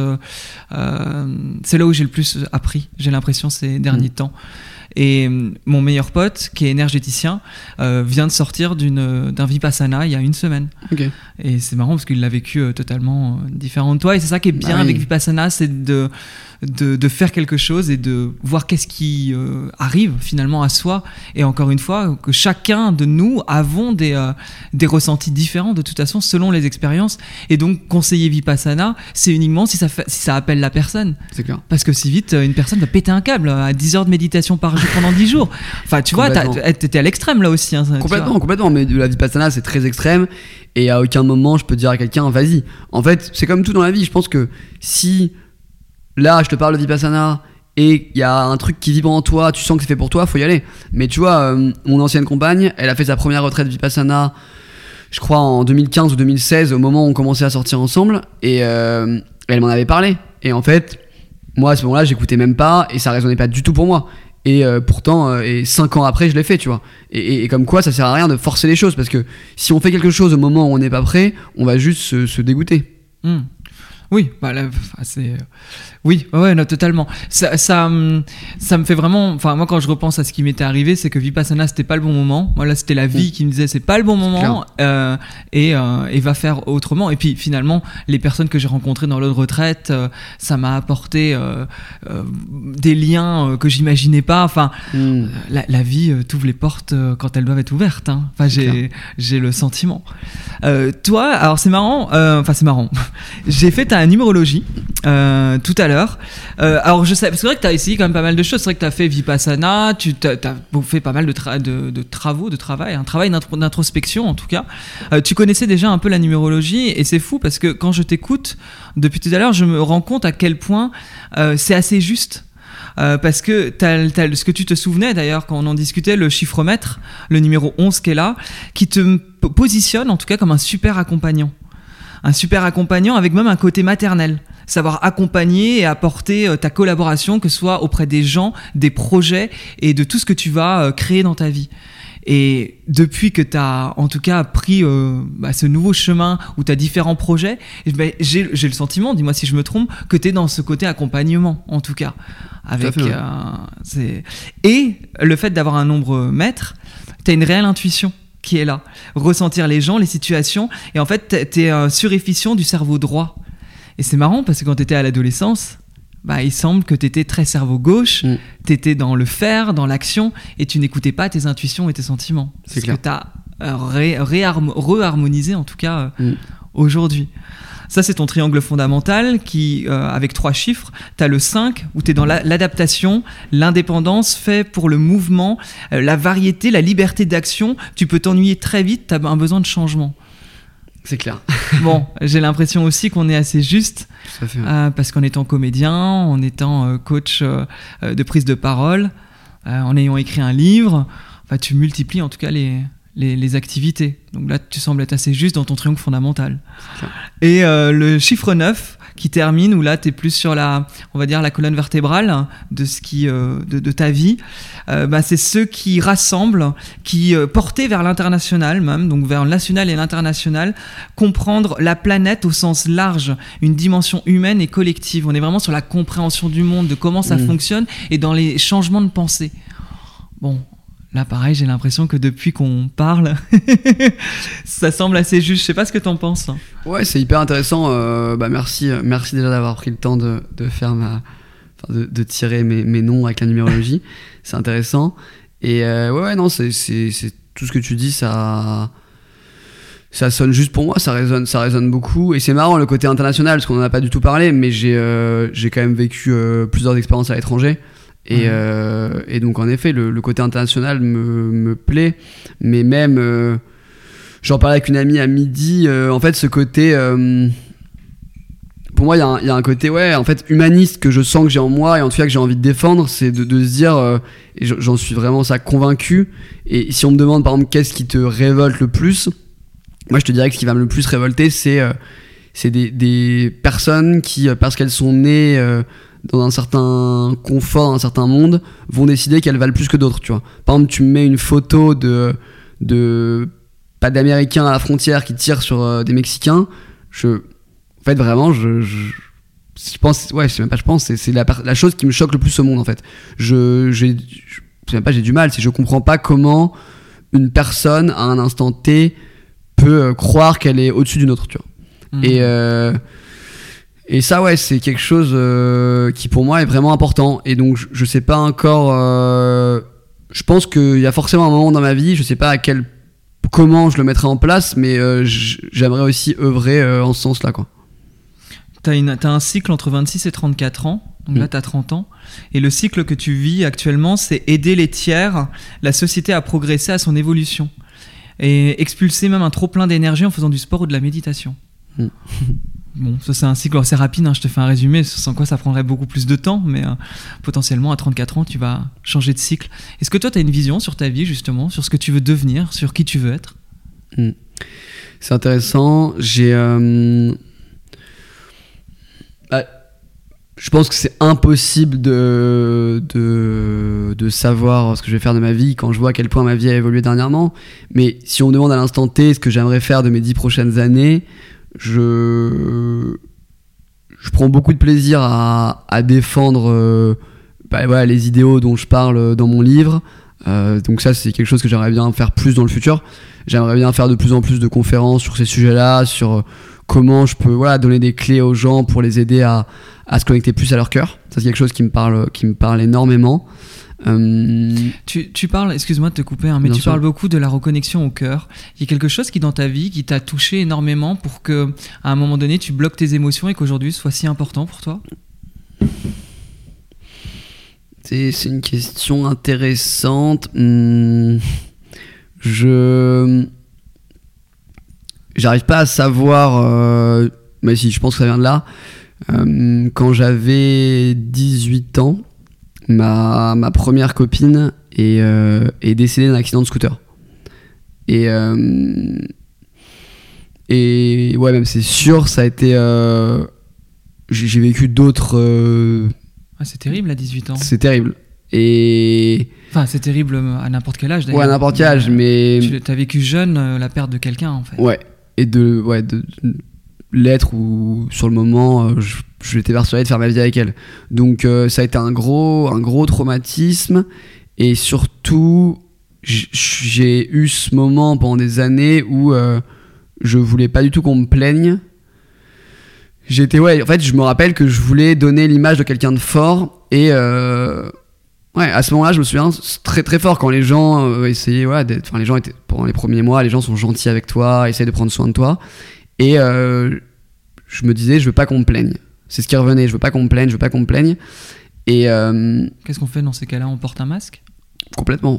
c'est là où j'ai le plus appris, j'ai l'impression, ces derniers temps. Et mon meilleur pote, qui est énergéticien, vient de sortir d'un Vipassana il y a 1 semaine. Okay. Et c'est marrant parce qu'il l'a vécu totalement différent de toi. Et c'est ça qui est bien avec Vipassana, c'est de faire quelque chose et de voir qu'est-ce qui arrive finalement à soi. Et encore une fois, que chacun de nous avons des ressentis différents de toute façon selon les expériences. Et donc conseiller Vipassana, c'est uniquement si ça appelle la personne. C'est clair. Parce que si vite, une personne va péter un câble à 10 heures de méditation par jour pendant 10 jours. Enfin, tu vois, t'étais à l'extrême là aussi. Complètement. Mais la Vipassana, c'est très extrême. Et à aucun moment, je peux dire à quelqu'un, vas-y. En fait, c'est comme tout dans la vie. Je pense que si là, je te parle de Vipassana et il y a un truc qui vibre en toi, tu sens que c'est fait pour toi, faut y aller. Mais tu vois, mon ancienne compagne, elle a fait sa première retraite Vipassana, je crois en 2015 ou 2016, au moment où on commençait à sortir ensemble. Et elle m'en avait parlé. Et en fait, moi, à ce moment-là, j'écoutais même pas et ça résonnait pas du tout pour moi. Et pourtant, 5 ans après, je l'ai fait, tu vois. Et comme quoi, ça sert à rien de forcer les choses, parce que si on fait quelque chose au moment où on n'est pas prêt, on va juste se dégoûter. Oui, bah là, oui, ouais, non, totalement. Ça me fait vraiment. Enfin, moi, quand je repense à ce qui m'était arrivé, c'est que Vipassana, c'était pas le bon moment. Moi, là, c'était la vie qui me disait, c'est pas le bon moment, et va faire autrement. Et puis, finalement, les personnes que j'ai rencontrées dans l'autre retraite, ça m'a apporté des liens que j'imaginais pas. Enfin, la vie t'ouvre les portes quand elles doivent être ouvertes. Hein. Enfin, j'ai le sentiment. Toi, alors c'est marrant. Enfin, c'est marrant. J'ai fait ta numérologie tout à l'heure. Alors je sais, parce que c'est vrai que tu as essayé quand même pas mal de choses. C'est vrai que tu as fait Vipassana, tu as fait pas mal de travaux, de travail, un travail d'introspection en tout cas. Tu connaissais déjà un peu la numérologie et c'est fou parce que quand je t'écoute depuis tout à l'heure, je me rends compte à quel point c'est assez juste. Parce que ce que tu te souvenais d'ailleurs quand on en discutait, le chiffromètre, le numéro 11 qui est là, qui te positionne en tout cas comme un super accompagnant. Un super accompagnant avec même un côté maternel. Savoir accompagner et apporter ta collaboration, que ce soit auprès des gens, des projets et de tout ce que tu vas créer dans ta vie. Et depuis que tu as en tout cas pris ce nouveau chemin où tu as différents projets, j'ai le sentiment, dis-moi si je me trompe, que tu es dans ce côté accompagnement en tout cas. Avec, et le fait d'avoir un nombre maître, tu as une réelle intuition qui est là. Ressentir les gens, les situations. Et en fait, t'es un surefficient du cerveau droit. Et c'est marrant parce que quand t'étais à l'adolescence, il semble que t'étais très cerveau gauche, t'étais dans le faire, dans l'action, et tu n'écoutais pas tes intuitions et tes sentiments. C'est ce que t'as re-harmonisé en tout cas aujourd'hui. Ça, c'est ton triangle fondamental qui, avec 3 chiffres, tu as le 5 où tu es dans l'adaptation, l'indépendance fait pour le mouvement, la variété, la liberté d'action. Tu peux t'ennuyer très vite, tu as un besoin de changement. C'est clair. Bon, j'ai l'impression aussi qu'on est assez juste, parce qu'en étant comédien, en étant coach de prise de parole, en ayant écrit un livre, tu multiplies en tout cas les activités. Donc là, tu sembles être assez juste dans ton triangle fondamental. Et le chiffre 9 qui termine, où là, tu es plus sur la colonne vertébrale de ce qui, de ta vie, c'est ceux qui rassemblent, qui portés vers l'international même, donc vers le national et l'international, comprendre la planète au sens large, une dimension humaine et collective. On est vraiment sur la compréhension du monde, de comment ça fonctionne et dans les changements de pensée. Bon, là, pareil, j'ai l'impression que depuis qu'on parle, ça semble assez juste. Je sais pas ce que t'en penses. Ouais, c'est hyper intéressant. Merci déjà d'avoir pris le temps de faire de tirer mes noms avec la numérologie. C'est intéressant. Et non, c'est tout ce que tu dis, ça sonne juste pour moi. Ça résonne beaucoup. Et c'est marrant le côté international, parce qu'on en a pas du tout parlé, mais j'ai quand même vécu plusieurs expériences à l'étranger. Et donc en effet le côté international me plaît, mais même j'en parlais avec une amie à midi, en fait ce côté pour moi il y a un côté en fait humaniste que je sens que j'ai en moi et en tout cas que j'ai envie de défendre, c'est de se dire et j'en suis vraiment convaincu. Et si on me demande par exemple qu'est-ce qui te révolte le plus, moi je te dirais que ce qui va me le plus révolter c'est des personnes qui parce qu'elles sont nées dans un certain confort, dans un certain monde, vont décider qu'elles valent plus que d'autres, tu vois. Par exemple, tu me mets une photo pas d'Américains à la frontière qui tirent sur des Mexicains, en fait, vraiment, je pense, c'est la chose qui me choque le plus au monde, en fait. J'ai du mal, je comprends pas comment une personne, à un instant T, peut croire qu'elle est au-dessus d'une autre, tu vois. Et ça, c'est quelque chose qui pour moi est vraiment important. Et donc, je sais pas encore. Je pense qu'il y a forcément un moment dans ma vie, je sais pas comment je le mettrai en place, mais j'aimerais aussi œuvrer en ce sens-là, quoi. T'as un cycle entre 26 et 34 ans. Donc là, t'as 30 ans. Et le cycle que tu vis actuellement, c'est aider les tiers, la société à progresser à son évolution. Et expulser même un trop-plein d'énergie en faisant du sport ou de la méditation. Bon, ça c'est un cycle assez rapide, je te fais un résumé, sans quoi ça prendrait beaucoup plus de temps, mais potentiellement à 34 ans, tu vas changer de cycle. Est-ce que toi, tu as une vision sur ta vie, justement, sur ce que tu veux devenir, sur qui tu veux être ? C'est intéressant. je pense que c'est impossible de savoir ce que je vais faire de ma vie quand je vois à quel point ma vie a évolué dernièrement. Mais si on me demande à l'instant T ce que j'aimerais faire de mes 10 prochaines années, je prends beaucoup de plaisir à défendre voilà, les idéaux dont je parle dans mon livre. Donc ça, c'est quelque chose que j'aimerais bien faire plus dans le futur. J'aimerais bien faire de plus en plus de conférences sur ces sujets-là, sur comment je peux donner des clés aux gens pour les aider à se connecter plus à leur cœur. Ça, c'est quelque chose qui me parle énormément. Tu parles, excuse-moi de te couper, mais tu parles beaucoup de la reconnexion au cœur. Il y a quelque chose qui dans ta vie qui t'a touché énormément pour que, à un moment donné, tu bloques tes émotions et qu'aujourd'hui ce soit si important pour toi? C'est une question intéressante. J'arrive pas à savoir, mais si, je pense que ça vient de là. Quand j'avais 18 ans, ma première copine est décédée d'un accident de scooter. Et ouais, même c'est sûr, ça a été... j'ai vécu d'autres... c'est terrible à 18 ans. C'est terrible. Enfin, c'est terrible à n'importe quel âge d'ailleurs. Ouais, à n'importe quel âge, mais... Tu as vécu jeune la perte de quelqu'un en fait. Ouais, et de l'être où sur le moment j'étais persuadé de faire ma vie avec elle. Donc ça a été un gros traumatisme, et surtout j'ai eu ce moment pendant des années où je voulais pas du tout qu'on me plaigne. En fait je me rappelle que je voulais donner l'image de quelqu'un de fort, et à ce moment-là je me souviens très très fort quand les gens essayaient les gens étaient, pendant les premiers mois, les gens sont gentils avec toi, essayent de prendre soin de toi, et je me disais, je veux pas qu'on me plaigne. C'est ce qui revenait, je veux pas qu'on me plaigne. Et qu'est-ce qu'on fait dans ces cas-là? On porte un masque? Complètement.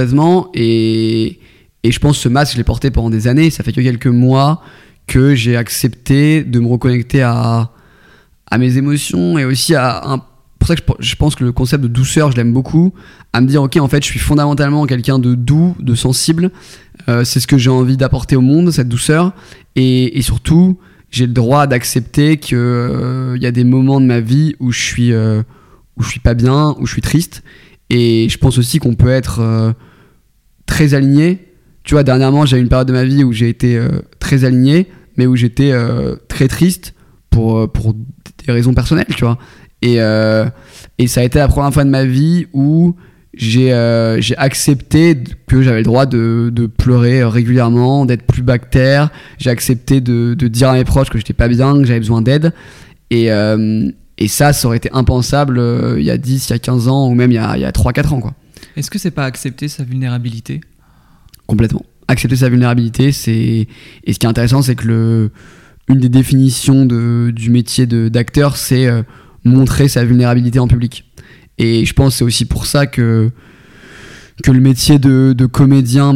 Et je pense que ce masque, je l'ai porté pendant des années. Ça fait que quelques mois que j'ai accepté de me reconnecter à mes émotions, et aussi pour ça que je pense que le concept de douceur, je l'aime beaucoup. À me dire, ok, en fait, je suis fondamentalement quelqu'un de doux, de sensible. C'est ce que j'ai envie d'apporter au monde, cette douceur. Et surtout, j'ai le droit d'accepter qu'il y a des moments de ma vie où je suis pas bien, où je suis triste. Et je pense aussi qu'on peut être très aligné. Tu vois, dernièrement, j'ai eu une période de ma vie où j'ai été très aligné, mais où j'étais très triste pour des raisons personnelles, tu vois. Et ça a été la première fois de ma vie où j'ai accepté que j'avais le droit de pleurer régulièrement, d'être plus bactère. J'ai accepté de dire à mes proches que j'étais pas bien, que j'avais besoin d'aide. Et ça aurait été impensable il y a 10, il y a 15 ans, ou même il y a 3-4 ans, quoi. Est-ce que c'est pas accepter sa vulnérabilité? Complètement. Accepter sa vulnérabilité, et ce qui est intéressant, c'est que une des définitions du métier d'acteur, c'est montrer sa vulnérabilité en public. Et je pense que c'est aussi pour ça que le métier de comédien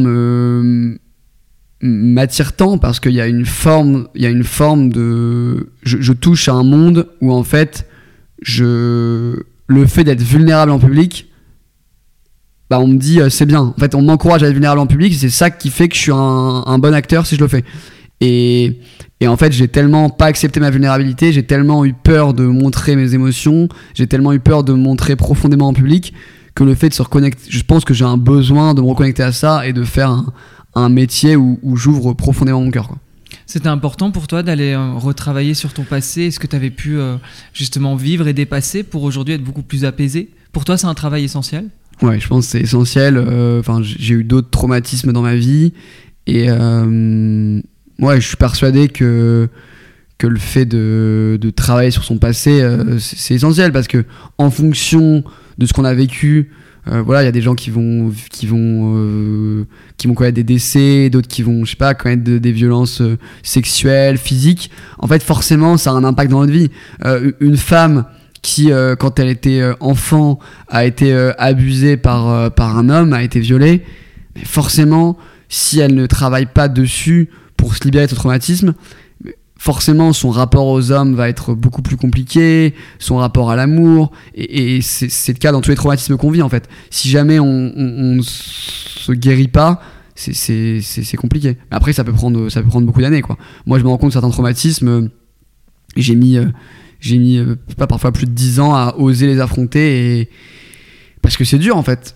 m'attire tant, parce qu'il y a une forme de... Je touche à un monde où en fait, le fait d'être vulnérable en public, on me dit c'est bien. En fait, on m'encourage à être vulnérable en public, et c'est ça qui fait que je suis un bon acteur si je le fais. Et en fait, j'ai tellement pas accepté ma vulnérabilité, j'ai tellement eu peur de montrer mes émotions, j'ai tellement eu peur de me montrer profondément en public, que le fait de se reconnecter, je pense que j'ai un besoin de me reconnecter à ça et de faire un métier où j'ouvre profondément mon cœur, quoi. C'était important pour toi d'aller retravailler sur ton passé? Est-ce que tu avais pu justement vivre et dépasser pour aujourd'hui être beaucoup plus apaisé? Pour toi, c'est un travail essentiel? Ouais, je pense que c'est essentiel. J'ai eu d'autres traumatismes dans ma vie, et je suis persuadé que le fait de travailler sur son passé, c'est essentiel, parce que en fonction de ce qu'on a vécu, il y a des gens qui vont connaître des décès, d'autres qui vont, connaître des violences sexuelles, physiques. En fait, forcément, ça a un impact dans notre vie. Une femme qui, quand elle était enfant, a été abusée par un homme, a été violée, mais forcément, si elle ne travaille pas dessus pour se libérer de ce traumatisme, forcément son rapport aux hommes va être beaucoup plus compliqué, son rapport à l'amour, et c'est le cas dans tous les traumatismes qu'on vit, en fait. Si jamais on se guérit pas, c'est compliqué. Après, ça peut prendre beaucoup d'années, quoi. Moi, je me rends compte que certains traumatismes, j'ai mis j'ai mis pas parfois plus de 10 ans à oser les affronter, et parce que c'est dur en fait.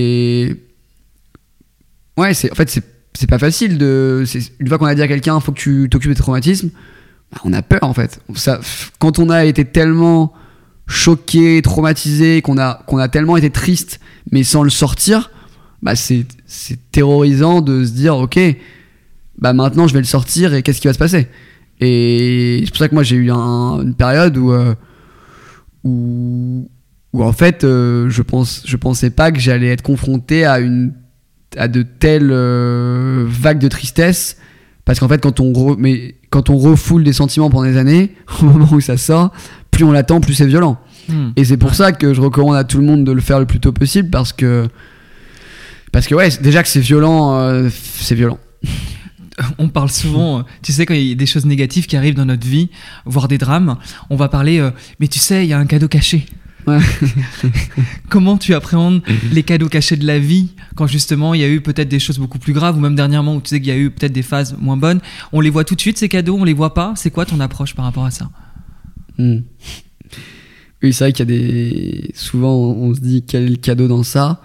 En fait c'est pas facile une fois qu'on a dit à quelqu'un faut que tu t'occupes des traumatismes, bah, on a peur en fait. Quand on a été tellement choqué, traumatisé, qu'on a tellement été triste mais sans le sortir, bah c'est terrorisant de se dire ok, bah maintenant je vais le sortir et qu'est-ce qui va se passer. Et c'est pour ça que moi j'ai eu une période où en fait je pensais pas que j'allais être confronté à de telles vagues de tristesse, parce qu'en fait quand on refoule des sentiments pendant des années, au moment où ça sort, plus on l'attend, plus c'est violent. Et c'est pour ça que je recommande à tout le monde de le faire le plus tôt possible, parce que ouais, déjà que c'est violent, c'est violent. On parle souvent, tu sais, quand il y a des choses négatives qui arrivent dans notre vie, voire des drames, on va parler, mais tu sais, il y a un cadeau caché. Ouais. Comment tu appréhendes les cadeaux cachés de la vie, quand justement il y a eu peut-être des choses beaucoup plus graves, ou même dernièrement où tu sais qu'il y a eu peut-être des phases moins bonnes, on les voit tout de suite ces cadeaux, on les voit pas? C'est quoi ton approche par rapport à ça? Oui, c'est vrai qu'il y a souvent on se dit quel est le cadeau dans ça.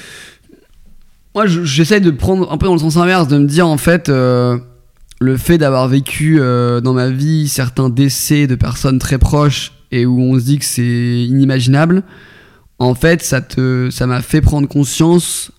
Moi j'essaie de prendre un peu dans le sens inverse, de me dire en fait le fait d'avoir vécu dans ma vie certains décès de personnes très proches, et où on se dit que c'est inimaginable, en fait ça m'a fait prendre conscience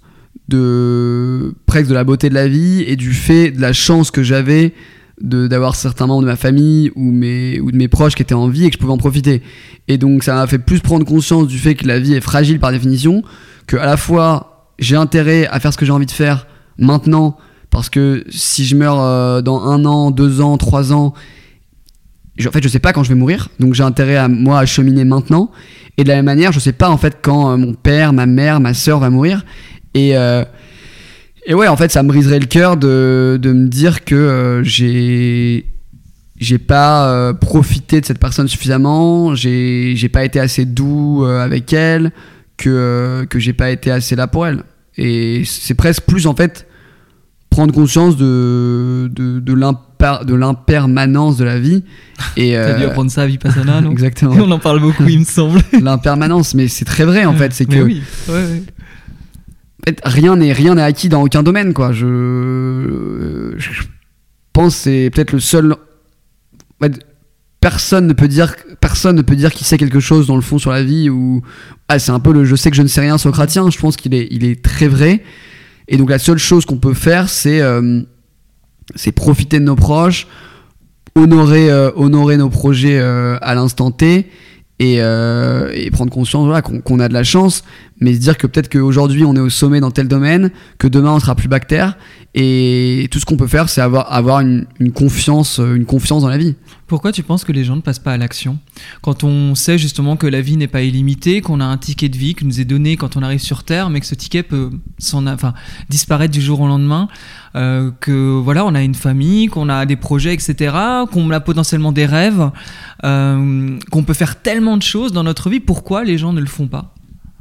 presque de la beauté de la vie, et du fait de la chance que j'avais d'avoir certains membres de ma famille ou de mes proches qui étaient en vie et que je pouvais en profiter. Et donc ça m'a fait plus prendre conscience du fait que la vie est fragile par définition, que à la fois j'ai intérêt à faire ce que j'ai envie de faire maintenant, parce que si je meurs dans 1 an, 2 ans, 3 ans, en fait je sais pas quand je vais mourir, donc j'ai intérêt à cheminer maintenant. Et de la même manière, je sais pas en fait quand mon père, ma mère, ma sœur va mourir. Et ouais, en fait ça me briserait le cœur de me dire que j'ai pas profité de cette personne suffisamment, j'ai pas été assez doux avec elle, que j'ai pas été assez là pour elle. Et c'est presque plus en fait prendre conscience de l'impermanence de la vie. Et t'as dû apprendre ça à Vipassana, non? Exactement. On en parle beaucoup, il me semble. L'impermanence, mais c'est très vrai en fait. C'est que oui. Ouais. En fait, rien n'est acquis dans aucun domaine, quoi. Je pense que c'est peut-être le seul. En fait, personne ne peut dire qu'il sait quelque chose dans le fond sur la vie, ou c'est un peu le je sais que je ne sais rien socratien. Je pense qu'il est très vrai. Et donc la seule chose qu'on peut faire, c'est profiter de nos proches, honorer nos projets à l'instant T, et prendre conscience qu'on a de la chance, mais se dire que peut-être qu'aujourd'hui on est au sommet dans tel domaine, que demain on sera plus bactère, et tout ce qu'on peut faire, c'est avoir une confiance dans la vie. Pourquoi tu penses que les gens ne passent pas à l'action quand on sait justement que la vie n'est pas illimitée, qu'on a un ticket de vie qui nous est donné quand on arrive sur Terre, mais que ce ticket peut disparaître du jour au lendemain, que voilà, on a une famille, qu'on a des projets, etc., qu'on a potentiellement des rêves, qu'on peut faire tellement de choses dans notre vie? Pourquoi les gens ne le font pas?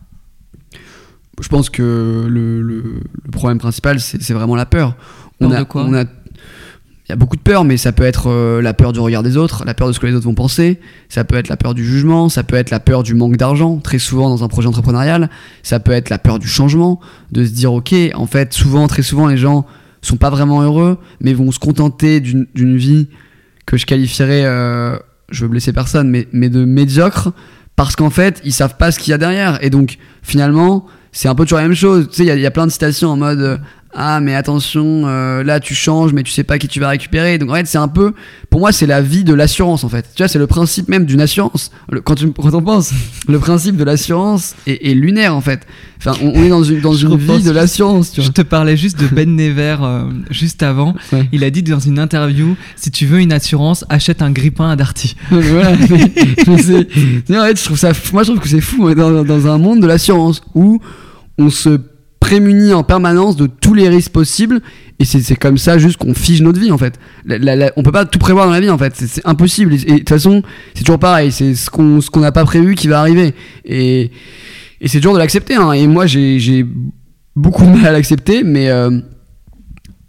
Je pense que le problème principal, c'est vraiment la peur. De quoi? Il y a beaucoup de peur, mais ça peut être la peur du regard des autres, la peur de ce que les autres vont penser, ça peut être la peur du jugement, ça peut être la peur du manque d'argent, très souvent dans un projet entrepreneurial, ça peut être la peur du changement, de se dire ok, en fait, très souvent les gens sont pas vraiment heureux, mais vont se contenter d'une vie que je qualifierais, je veux blesser personne, mais de médiocre, parce qu'en fait, ils savent pas ce qu'il y a derrière. Et donc, finalement, c'est un peu toujours la même chose. Tu sais, il y a plein de citations en mode ah, mais attention, là tu changes, mais tu sais pas qui tu vas récupérer. Donc en fait, c'est un peu, pour moi, c'est la vie de l'assurance en fait. Tu vois, c'est le principe même d'une assurance. Quand on pense, le principe de l'assurance est lunaire en fait. Enfin, on est dans une vie de l'assurance. Tu vois. Je te parlais juste de Ben Never juste avant. Ouais. Il a dit dans une interview, si tu veux une assurance, achète un grippin à Darty. Voilà, mais en fait, moi je trouve que c'est fou dans un monde de l'assurance où on se prémunit en permanence de tous les risques possibles, et c'est comme ça juste qu'on fige notre vie en fait. On peut pas tout prévoir dans la vie en fait, c'est impossible, et de toute façon c'est toujours pareil, c'est ce qu'on n'a pas prévu qui va arriver, et c'est dur de l'accepter, hein. Et moi j'ai beaucoup de mal à l'accepter, mais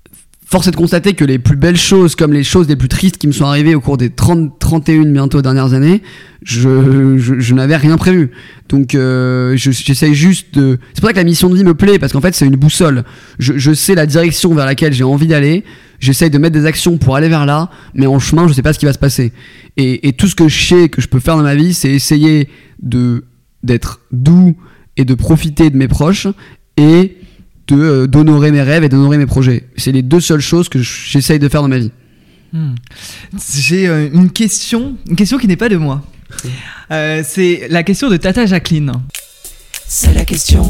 force est de constater que les plus belles choses, comme les choses les plus tristes qui me sont arrivées au cours des 31 bientôt dernières années, je n'avais rien prévu. Donc j'essaye juste de... C'est pour ça que la mission de vie me plaît, parce qu'en fait c'est une boussole. Je sais la direction vers laquelle j'ai envie d'aller, j'essaye de mettre des actions pour aller vers là, mais en chemin je sais pas ce qui va se passer. Et tout ce que je sais que je peux faire dans ma vie, c'est essayer d'être doux et de profiter de mes proches, et d'honorer mes rêves et d'honorer mes projets. C'est les 2 seules choses que j'essaye de faire dans ma vie. J'ai une question qui n'est pas de moi. C'est la question de Tata Jacqueline. C'est la question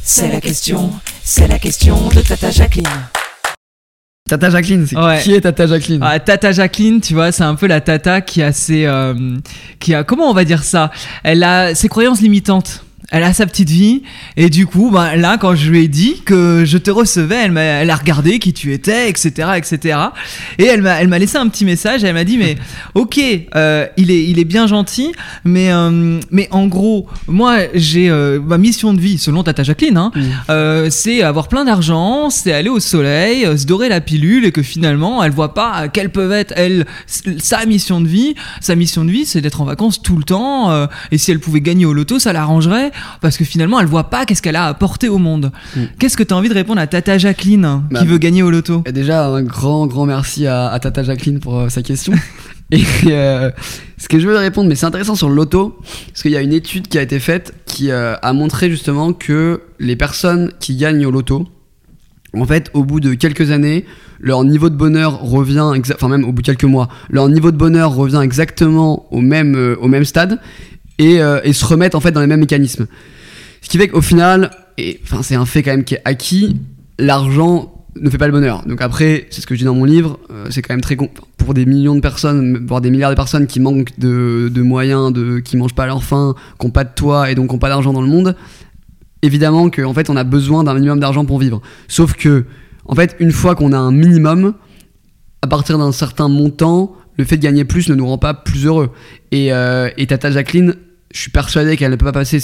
de Tata Jacqueline. Tata Jacqueline, qui est Tata Jacqueline? Tata Jacqueline, tu vois, c'est un peu la tata qui a comment on va dire ça? Elle a ses croyances limitantes. Elle a sa petite vie, et du coup, là, quand je lui ai dit que je te recevais, elle a regardé qui tu étais, etc., etc. Et elle m'a laissé un petit message. Elle m'a dit, mais ok, il est bien gentil, mais en gros, moi, j'ai ma mission de vie, selon Tata Jacqueline, c'est avoir plein d'argent, c'est aller au soleil, se dorer la pilule, et que finalement, elle voit pas quelle peut être sa mission de vie. Sa mission de vie, c'est d'être en vacances tout le temps, et si elle pouvait gagner au loto, ça l'arrangerait. Parce que finalement elle voit pas qu'est-ce qu'elle a apporté au monde. Qu'est-ce que tu as envie de répondre à Tata Jacqueline qui veut gagner au loto? Déjà un grand merci à Tata Jacqueline pour sa question. Et ce que je veux répondre, mais c'est intéressant sur le loto, parce qu'il y a une étude qui a été faite qui a montré justement que les personnes qui gagnent au loto, en fait au bout de quelques années, leur niveau de bonheur revient, même au bout de quelques mois, leur niveau de bonheur revient exactement au même stade, et se remettent en fait dans les mêmes mécanismes. Ce qui fait qu'au final, c'est un fait quand même qui est acquis, l'argent ne fait pas le bonheur. Donc après, c'est ce que je dis dans mon livre, c'est quand même très pour des millions de personnes, voire des milliards de personnes qui manquent de moyens, qui mangent pas à leur faim, qui n'ont pas de toit et donc qui n'ont pas d'argent dans le monde, évidemment qu'en fait on a besoin d'un minimum d'argent pour vivre. Sauf que, en fait, une fois qu'on a un minimum, à partir d'un certain montant, le fait de gagner plus ne nous rend pas plus heureux. Et Tata Jacqueline, je suis persuadé qu'elle ne peut pas passer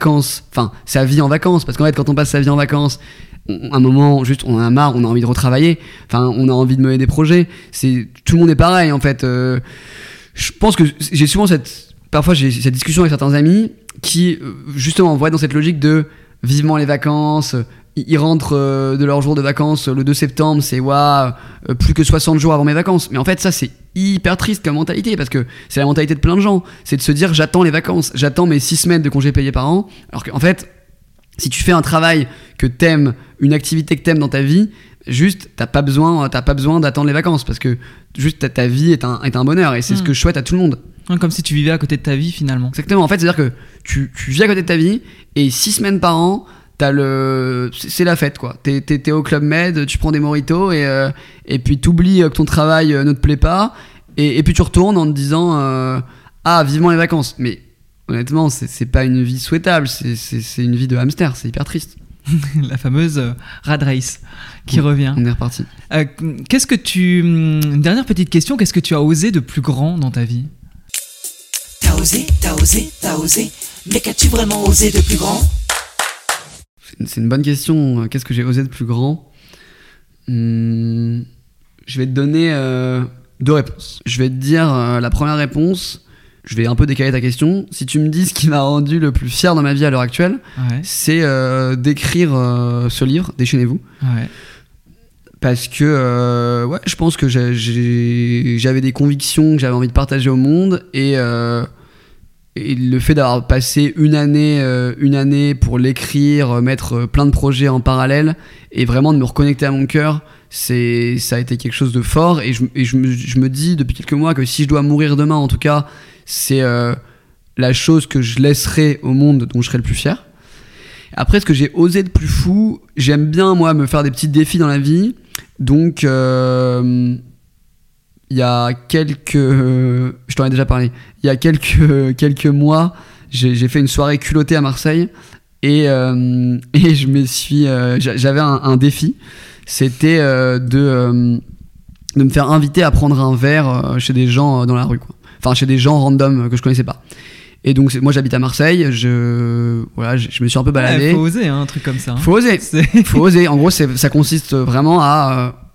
sa vie en vacances, parce qu'en fait quand on passe sa vie en vacances, un moment juste on en a marre, on a envie de retravailler, on a envie de mener des projets, tout le monde est pareil en fait. Je pense que j'ai souvent parfois j'ai cette discussion avec certains amis qui justement vont être dans cette logique de vivement les vacances. Ils rentrent de leur jour de vacances le 2 septembre, c'est plus que 60 jours avant mes vacances. Mais en fait, ça, c'est hyper triste comme mentalité, parce que c'est la mentalité de plein de gens. C'est de se dire, j'attends les vacances, j'attends mes 6 semaines de congés payés par an. Alors qu'en fait, si tu fais un travail que t'aimes, une activité que t'aimes dans ta vie, juste, t'as pas besoin d'attendre les vacances, parce que juste ta vie est un bonheur, et c'est ce que je souhaite à tout le monde. Comme si tu vivais à côté de ta vie, finalement. Exactement. En fait, c'est-à-dire que tu vis à côté de ta vie, et 6 semaines par an, c'est la fête, quoi. T'es au Club Med, tu prends des mojitos, et puis t'oublies que ton travail ne te plaît pas, et puis tu retournes en te disant vivement les vacances. Mais honnêtement, c'est pas une vie souhaitable, c'est une vie de hamster, c'est hyper triste. La fameuse rat race qui revient. On est reparti. Une dernière petite question, qu'est-ce que tu as osé de plus grand dans ta vie? T'as osé, mais qu'as-tu vraiment osé de plus grand? C'est une bonne question. Qu'est-ce que j'ai osé de plus grand? Je vais te donner 2 réponses. Je vais te dire la première réponse. Je vais un peu décaler ta question. Si tu me dis ce qui m'a rendu le plus fier dans ma vie à l'heure actuelle, c'est d'écrire ce livre, Déchaînez-vous. Ouais. Parce que je pense que j'avais des convictions que j'avais envie de partager au monde, et le fait d'avoir passé une année pour l'écrire, mettre plein de projets en parallèle, et vraiment de me reconnecter à mon cœur, ça a été quelque chose de fort. Et je me dis depuis quelques mois que si je dois mourir demain, en tout cas, c'est la chose que je laisserai au monde dont je serai le plus fier. Après, ce que j'ai osé de plus fou, j'aime bien moi me faire des petits défis dans la vie. Donc il y a je t'en ai déjà parlé, il y a quelques mois, j'ai fait une soirée culottée à Marseille, et je me suis j'avais un défi, c'était de me faire inviter à prendre un verre chez des gens dans la rue, quoi. Enfin chez des gens random que je connaissais pas. Et donc moi j'habite à Marseille, je me suis un peu baladé. Faut oser un truc comme ça. Faut oser. En gros ça consiste vraiment à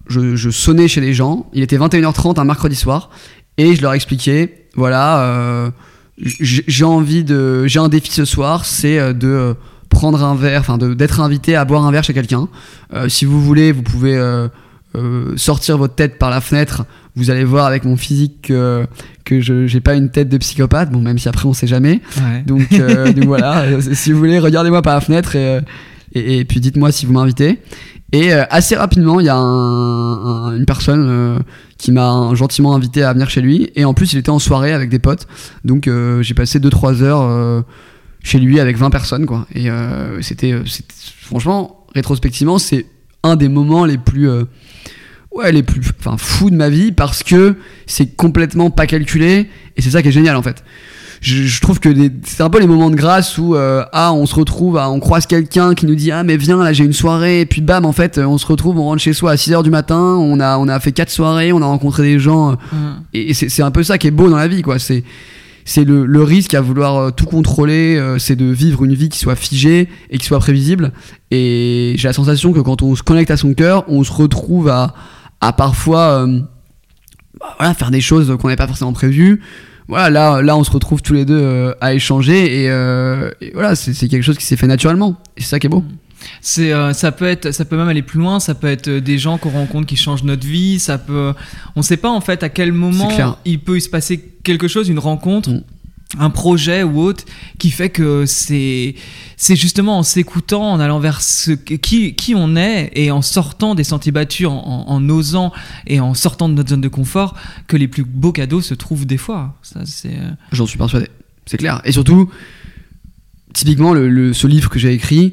je sonnais chez les gens. Il était 21h30 un mercredi soir et je leur expliquais, voilà, j'ai un défi ce soir, c'est de prendre un verre, enfin d'être invité à boire un verre chez quelqu'un. Si vous voulez, vous pouvez sortir votre tête par la fenêtre. Vous allez voir avec mon physique que j'ai pas une tête de psychopathe, bon, même si après on sait jamais. Ouais. Donc voilà, si vous voulez, regardez-moi par la fenêtre et puis dites-moi si vous m'invitez. Et assez rapidement, il y a une personne qui m'a gentiment invité à venir chez lui. Et en plus, il était en soirée avec des potes. Donc j'ai passé 2-3 heures chez lui avec 20 personnes, quoi. Et c'était franchement, rétrospectivement, c'est un des moments les plus fous de ma vie, parce que c'est complètement pas calculé et c'est ça qui est génial en fait. Je trouve que c'est un peu les moments de grâce où on se retrouve, on croise quelqu'un qui nous dit mais viens, là j'ai une soirée, et puis bam, en fait on se retrouve, on rentre chez soi à 6h du matin, on a fait 4 soirées, on a rencontré des gens et c'est un peu ça qui est beau dans la vie, quoi. C'est le risque à vouloir tout contrôler, c'est de vivre une vie qui soit figée et qui soit prévisible. Et j'ai la sensation que quand on se connecte à son cœur, on se retrouve à parfois faire des choses qu'on n'avait pas forcément prévues. Voilà, là on se retrouve tous les deux à échanger et voilà, c'est quelque chose qui s'est fait naturellement et c'est ça qui est beau. Ça peut même aller plus loin, ça peut être des gens qu'on rencontre qui changent notre vie, on sait pas en fait à quel moment il peut se passer quelque chose, une rencontre, un projet ou autre, qui fait que c'est justement en s'écoutant, en allant vers qui on est et en sortant des sentiers battus, en osant et en sortant de notre zone de confort, que les plus beaux cadeaux se trouvent des fois. Ça, J'en suis persuadé, c'est clair. Et surtout, typiquement, ce livre que j'ai écrit,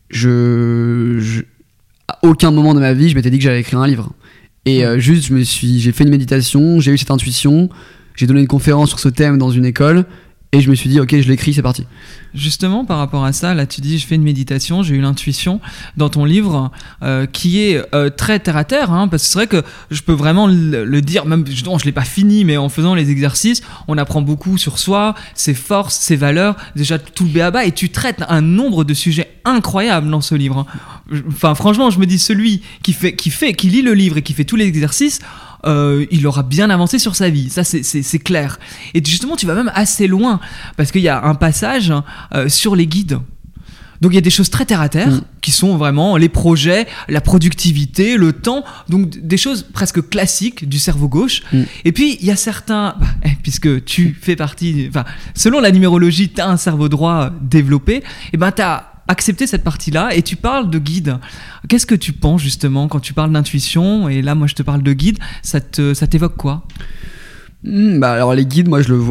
à aucun moment de ma vie je m'étais dit que j'allais écrire un livre. Et juste, j'ai fait une méditation, j'ai eu cette intuition, j'ai donné une conférence sur ce thème dans une école. Et je me suis dit, ok, je l'écris, c'est parti. Justement, par rapport à ça, là, tu dis, je fais une méditation, j'ai eu l'intuition dans ton livre qui est très terre à terre, parce que c'est vrai que je peux vraiment le dire, même je l'ai pas fini, mais en faisant les exercices, on apprend beaucoup sur soi, ses forces, ses valeurs, déjà tout le b.a.-ba, et tu traites un nombre de sujets incroyables dans ce livre. Enfin, franchement, je me dis, celui qui lit le livre et qui fait tous les exercices, il aura bien avancé sur sa vie, ça c'est clair. Et justement, tu vas même assez loin, parce qu'il y a un passage sur les guides. Donc il y a des choses très terre à terre qui sont vraiment les projets, la productivité, le temps, donc des choses presque classiques du cerveau gauche. Et puis il y a certains, puisque tu fais partie, selon la numérologie, tu as un cerveau droit développé, et tu as accepter cette partie-là et tu parles de guide. Qu'est-ce que tu penses justement quand tu parles d'intuition, et là moi je te parle de guide, ça t'évoque quoi? Alors les guides, moi je le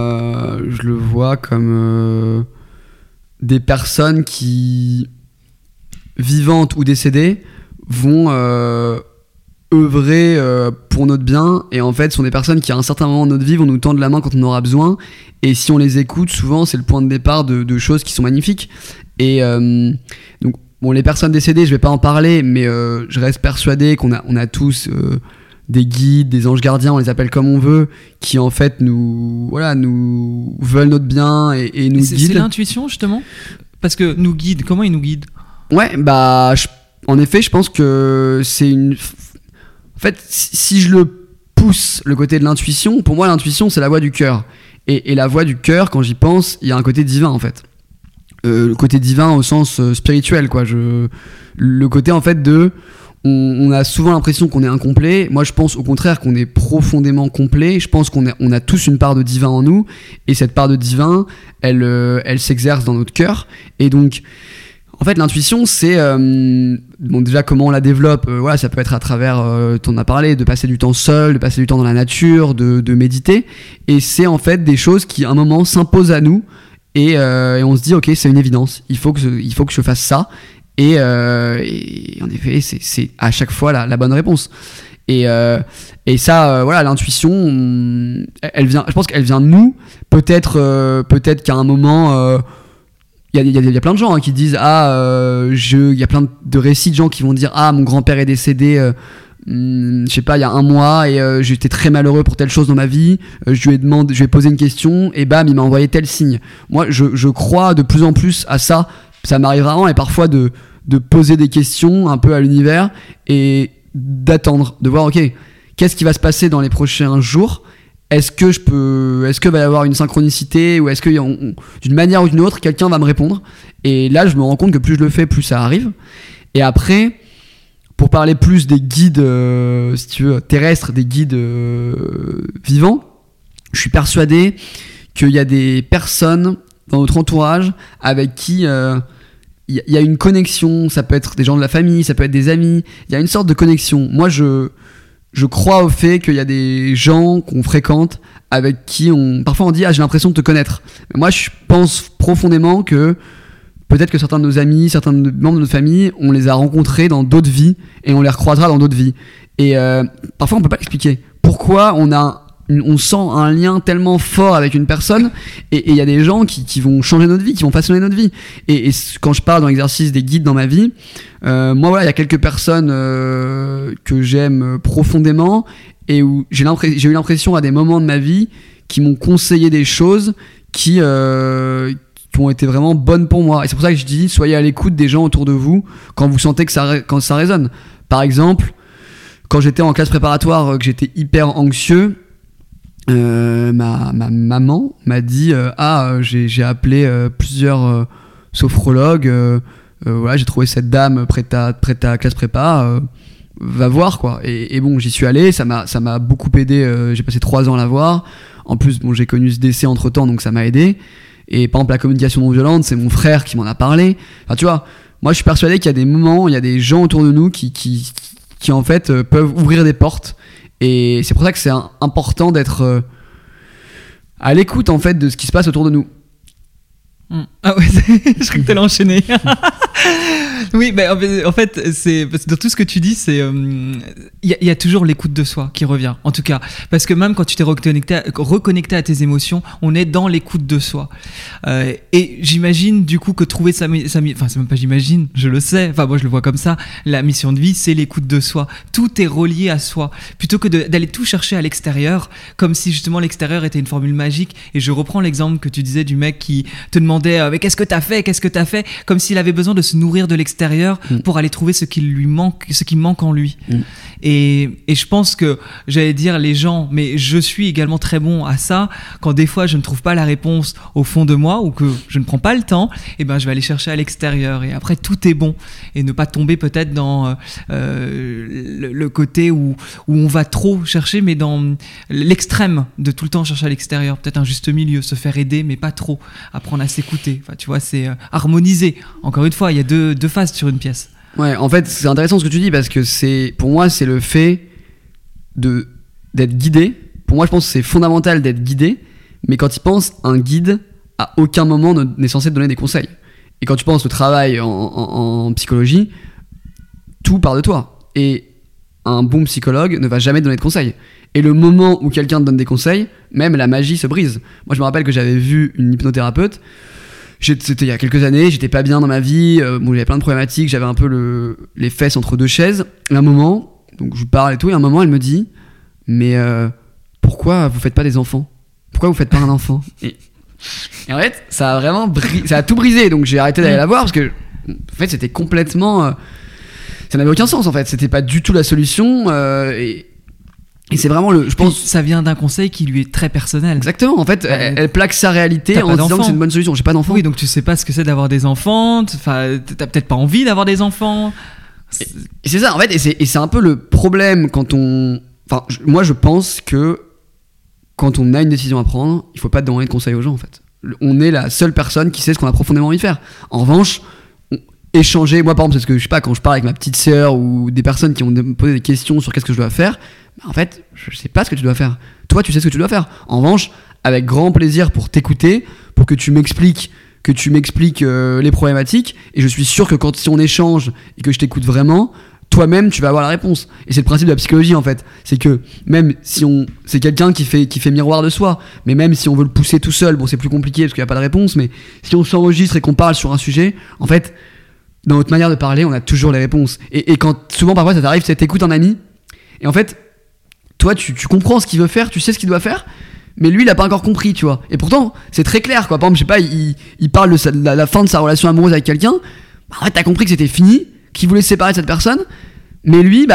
vois comme des personnes qui, vivantes ou décédées, vont œuvrer pour notre bien, et en fait sont des personnes qui à un certain moment de notre vie vont nous tendre la main quand on aura besoin, et si on les écoute, souvent c'est le point de départ de choses qui sont magnifiques. Et donc bon, les personnes décédées, je vais pas en parler, mais je reste persuadé qu'on a tous des guides, des anges gardiens, on les appelle comme on veut, qui en fait nous veulent notre bien et nous guident. C'est l'intuition justement, parce que nous guident. Comment ils nous guident? Ouais, en effet, je pense que c'est en fait, si je le pousse, le côté de l'intuition, pour moi l'intuition c'est la voix du cœur, et la voix du cœur, quand j'y pense, il y a un côté divin en fait. Le côté divin au sens spirituel, quoi. Le côté en fait on a souvent l'impression qu'on est incomplet. Moi je pense au contraire qu'on est profondément complet. Je pense qu'on a tous une part de divin en nous, et cette part de divin elle s'exerce dans notre cœur. Et donc en fait l'intuition c'est déjà comment on la développe, ça peut être à travers, t'en as parlé, de passer du temps seul, de passer du temps dans la nature, de méditer, et c'est en fait des choses qui à un moment s'imposent à nous. Et on se dit ok, c'est une évidence, il faut que je fasse ça, et en effet c'est à chaque fois la bonne réponse. Et ça, l'intuition, elle vient, je pense qu'elle vient de nous. Peut-être qu'à un moment, il y a plein de gens qui disent il y a plein de récits de gens qui vont dire mon grand-père est décédé je sais pas, il y a un mois, et j'étais très malheureux pour telle chose dans ma vie, je lui ai posé une question et bam, il m'a envoyé tel signe. Moi je crois de plus en plus à ça m'arrive rarement, et parfois de poser des questions un peu à l'univers et d'attendre, de voir, ok, qu'est-ce qui va se passer dans les prochains jours. Est-ce que va y avoir une synchronicité, ou est-ce que d'une manière ou d'une autre quelqu'un va me répondre. Et là je me rends compte que plus je le fais, plus ça arrive. Et après, pour parler plus des guides si tu veux terrestres, des guides vivants, je suis persuadé qu'il y a des personnes dans notre entourage avec qui il y a une connexion. Ça peut être des gens de la famille, ça peut être des amis, il y a une sorte de connexion. Moi je crois au fait qu'il y a des gens qu'on fréquente avec qui parfois on dit j'ai l'impression de te connaître. Mais moi je pense profondément que peut-être que certains de nos amis, certains membres de notre famille, on les a rencontrés dans d'autres vies et on les recroisera dans d'autres vies. Et parfois on peut pas l'expliquer. Pourquoi on sent un lien tellement fort avec une personne, et il y a des gens qui vont changer notre vie, qui vont façonner notre vie. Et quand je parle dans l'exercice des guides dans ma vie, moi voilà, il y a quelques personnes que j'aime profondément et où j'ai eu l'impression à des moments de ma vie qui m'ont conseillé des choses qui ont été vraiment bonnes pour moi. Et c'est pour ça que je dis, soyez à l'écoute des gens autour de vous quand vous sentez quand ça résonne. Par exemple, quand j'étais en classe préparatoire, que j'étais hyper anxieux, ma maman m'a dit j'ai appelé plusieurs sophrologues, voilà, j'ai trouvé cette dame prête à classe prépa, va voir quoi. Et bon, j'y suis allé, ça m'a beaucoup aidé, j'ai passé 3 ans à la voir. En plus bon, j'ai connu ce décès entre temps, donc ça m'a aidé. Et par exemple la communication non violente, c'est mon frère qui m'en a parlé. Enfin tu vois, moi je suis persuadé qu'il y a des moments, il y a des gens autour de nous qui en fait peuvent ouvrir des portes. Et c'est pour ça que c'est important d'être à l'écoute en fait de ce qui se passe autour de nous. Ah ouais, je crois que t'allais enchaîner. Oui, mais en fait, c'est parce que dans tout ce que tu dis, c'est il y a toujours l'écoute de soi qui revient. En tout cas, parce que même quand tu t'es reconnecté à tes émotions, on est dans l'écoute de soi. Et j'imagine du coup que trouver enfin c'est même pas j'imagine, je le sais. Enfin moi je le vois comme ça. La mission de vie, c'est l'écoute de soi. Tout est relié à soi, plutôt que d'aller tout chercher à l'extérieur, comme si justement l'extérieur était une formule magique. Et je reprends l'exemple que tu disais du mec qui te demandait mais qu'est-ce que t'as fait, comme s'il avait besoin de se nourrir de l'extérieur pour aller trouver ce qui manque en lui. Et je pense que j'allais dire les gens, mais je suis également très bon à ça. Quand des fois je ne trouve pas la réponse au fond de moi ou que je ne prends pas le temps, et ben je vais aller chercher à l'extérieur. Et après tout est bon, et ne pas tomber peut-être dans le côté où on va trop chercher, mais dans l'extrême de tout le temps chercher à l'extérieur. Peut-être un juste milieu, se faire aider, mais pas trop. Apprendre à s'écouter. Enfin, tu vois, c'est harmoniser. Encore une fois, il y a deux faces sur une pièce. Ouais, en fait, c'est intéressant ce que tu dis parce que pour moi, c'est le fait d'être guidé. Pour moi, je pense que c'est fondamental d'être guidé. Mais quand tu penses, un guide, à aucun moment n'est censé te donner des conseils. Et quand tu penses au travail en psychologie, tout part de toi. Et un bon psychologue ne va jamais te donner de conseils. Et le moment où quelqu'un te donne des conseils, même la magie se brise. Moi, je me rappelle que j'avais vu une hypnothérapeute. C'était il y a quelques années, j'étais pas bien dans ma vie, j'avais plein de problématiques, j'avais un peu les fesses entre deux chaises. Et à un moment, donc je parle et tout, et à un moment elle me dit mais pourquoi vous faites pas des enfants ? Pourquoi vous faites pas un enfant ? Et en fait, ça a vraiment ça a tout brisé, donc j'ai arrêté d'aller la voir parce que en fait c'était complètement ça n'avait aucun sens en fait, c'était pas du tout la solution et c'est vraiment je pense ça vient d'un conseil qui lui est très personnel. Exactement, en fait elle plaque sa réalité en disant que c'est une bonne solution. J'ai pas d'enfant. Oui, donc tu sais pas ce que c'est d'avoir des enfants, enfin t'as peut-être pas envie d'avoir des enfants. Et c'est ça en fait, et c'est un peu le problème quand moi je pense que quand on a une décision à prendre, il faut pas demander de conseils aux gens en fait. On est la seule personne qui sait ce qu'on a profondément envie de faire. En revanche, échanger, moi par exemple, c'est ce que je sais pas, quand je parle avec ma petite sœur ou des personnes qui ont posé des questions sur qu'est-ce que je dois faire, en fait je sais pas ce que tu dois faire. Toi tu sais ce que tu dois faire. En revanche, avec grand plaisir pour t'écouter, pour que tu m'expliques les problématiques, et je suis sûr que si on échange et que je t'écoute vraiment, toi-même tu vas avoir la réponse. Et c'est le principe de la psychologie en fait, c'est que même si c'est quelqu'un qui fait miroir de soi, mais même si on veut le pousser tout seul, bon c'est plus compliqué parce qu'il n'y a pas de réponse, mais si on s'enregistre et qu'on parle sur un sujet, en fait dans notre manière de parler on a toujours les réponses. Et quand souvent parfois ça t'arrive, c'est t'écoutes un ami et en fait toi tu comprends ce qu'il veut faire, tu sais ce qu'il doit faire, mais lui il a pas encore compris, tu vois. Et pourtant c'est très clair quoi. Par exemple, je sais pas, il parle de la fin de sa relation amoureuse avec quelqu'un, en fait t'as compris que c'était fini, qu'il voulait se séparer de cette personne, Mais lui,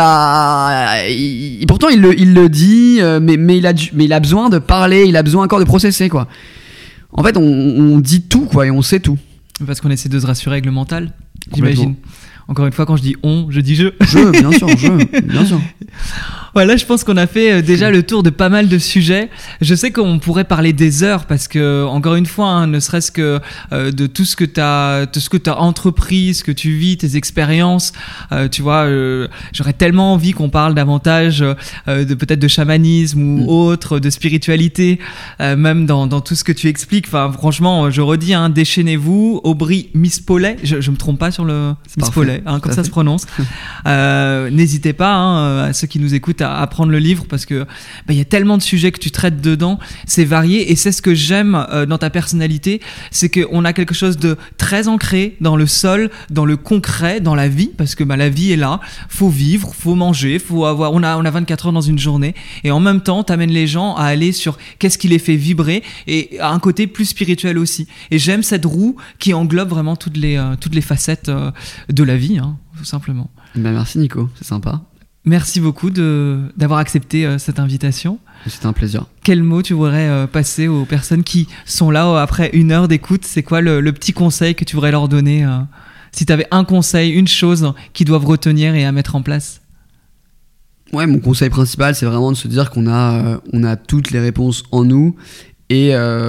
pourtant il le dit, mais il a besoin de parler, il a besoin encore de processer, quoi. En fait, on dit tout, quoi, et on sait tout. Parce qu'on essaie de se rassurer avec le mental, j'imagine. Encore une fois, quand je dis on, je dis je. Bien sûr. Voilà, je pense qu'on a fait déjà le tour de pas mal de sujets. Je sais qu'on pourrait parler des heures parce que, encore une fois, hein, ne serait-ce que de tout ce que t'as entrepris, ce que tu vis, tes expériences, tu vois, j'aurais tellement envie qu'on parle davantage de peut-être de chamanisme ou autre, de spiritualité, même dans tout ce que tu expliques. Enfin, franchement, je redis, hein, déchaînez-vous, Aubry Mispollet, je me trompe pas sur le Mispollet, hein, comme ça se prononce. N'hésitez pas, hein, à ceux qui nous écoutent, à prendre le livre parce que y a tellement de sujets que tu traites dedans, c'est varié et c'est ce que j'aime dans ta personnalité, c'est qu'on a quelque chose de très ancré dans le sol, dans le concret, dans la vie, parce que la vie est là, faut vivre, faut manger, on a 24 heures dans une journée et en même temps t'amènes les gens à aller sur qu'est-ce qui les fait vibrer et à un côté plus spirituel aussi. Et j'aime cette roue qui englobe vraiment toutes les facettes de la vie, hein, tout simplement. Merci Nico, c'est sympa. Merci beaucoup d'avoir accepté cette invitation. C'était un plaisir. Quel mot tu voudrais passer aux personnes qui sont là après 1 heure d'écoute? C'est quoi le petit conseil que tu voudrais leur donner si tu avais un conseil, une chose qu'ils doivent retenir et à mettre en place? Ouais, mon conseil principal, c'est vraiment de se dire qu'on a toutes les réponses en nous et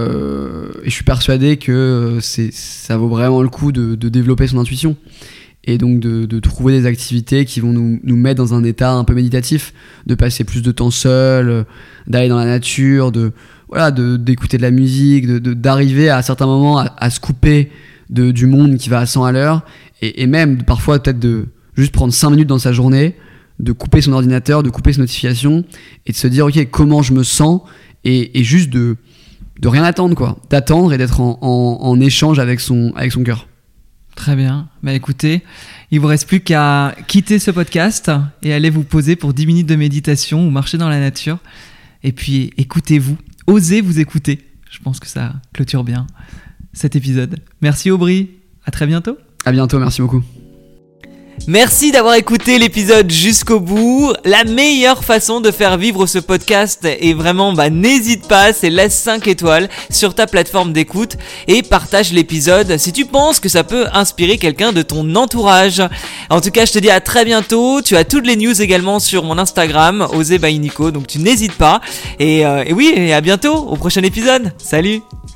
je suis persuadé que ça vaut vraiment le coup de développer son intuition. Et donc de trouver des activités qui vont nous mettre dans un état un peu méditatif, de passer plus de temps seul, d'aller dans la nature, d'écouter de la musique, d'arriver à certains moments à se couper du monde qui va à 100 à l'heure, et même parfois peut-être de juste prendre 5 minutes dans sa journée, de couper son ordinateur, de couper ses notifications, et de se dire ok, comment je me sens, et juste de rien attendre, quoi, d'attendre et d'être en échange avec son cœur. Très bien. Écoutez, il vous reste plus qu'à quitter ce podcast et aller vous poser pour 10 minutes de méditation ou marcher dans la nature. Et puis, écoutez-vous. Osez vous écouter. Je pense que ça clôture bien cet épisode. Merci Aubry. À très bientôt. À bientôt. Merci beaucoup. Merci d'avoir écouté l'épisode jusqu'au bout. La meilleure façon de faire vivre ce podcast est vraiment, n'hésite pas, c'est laisse 5 étoiles sur ta plateforme d'écoute et partage l'épisode si tu penses que ça peut inspirer quelqu'un de ton entourage. En tout cas, je te dis à très bientôt. Tu as toutes les news également sur mon Instagram, Osez by Nico, donc tu n'hésites pas. Et oui, à bientôt au prochain épisode. Salut!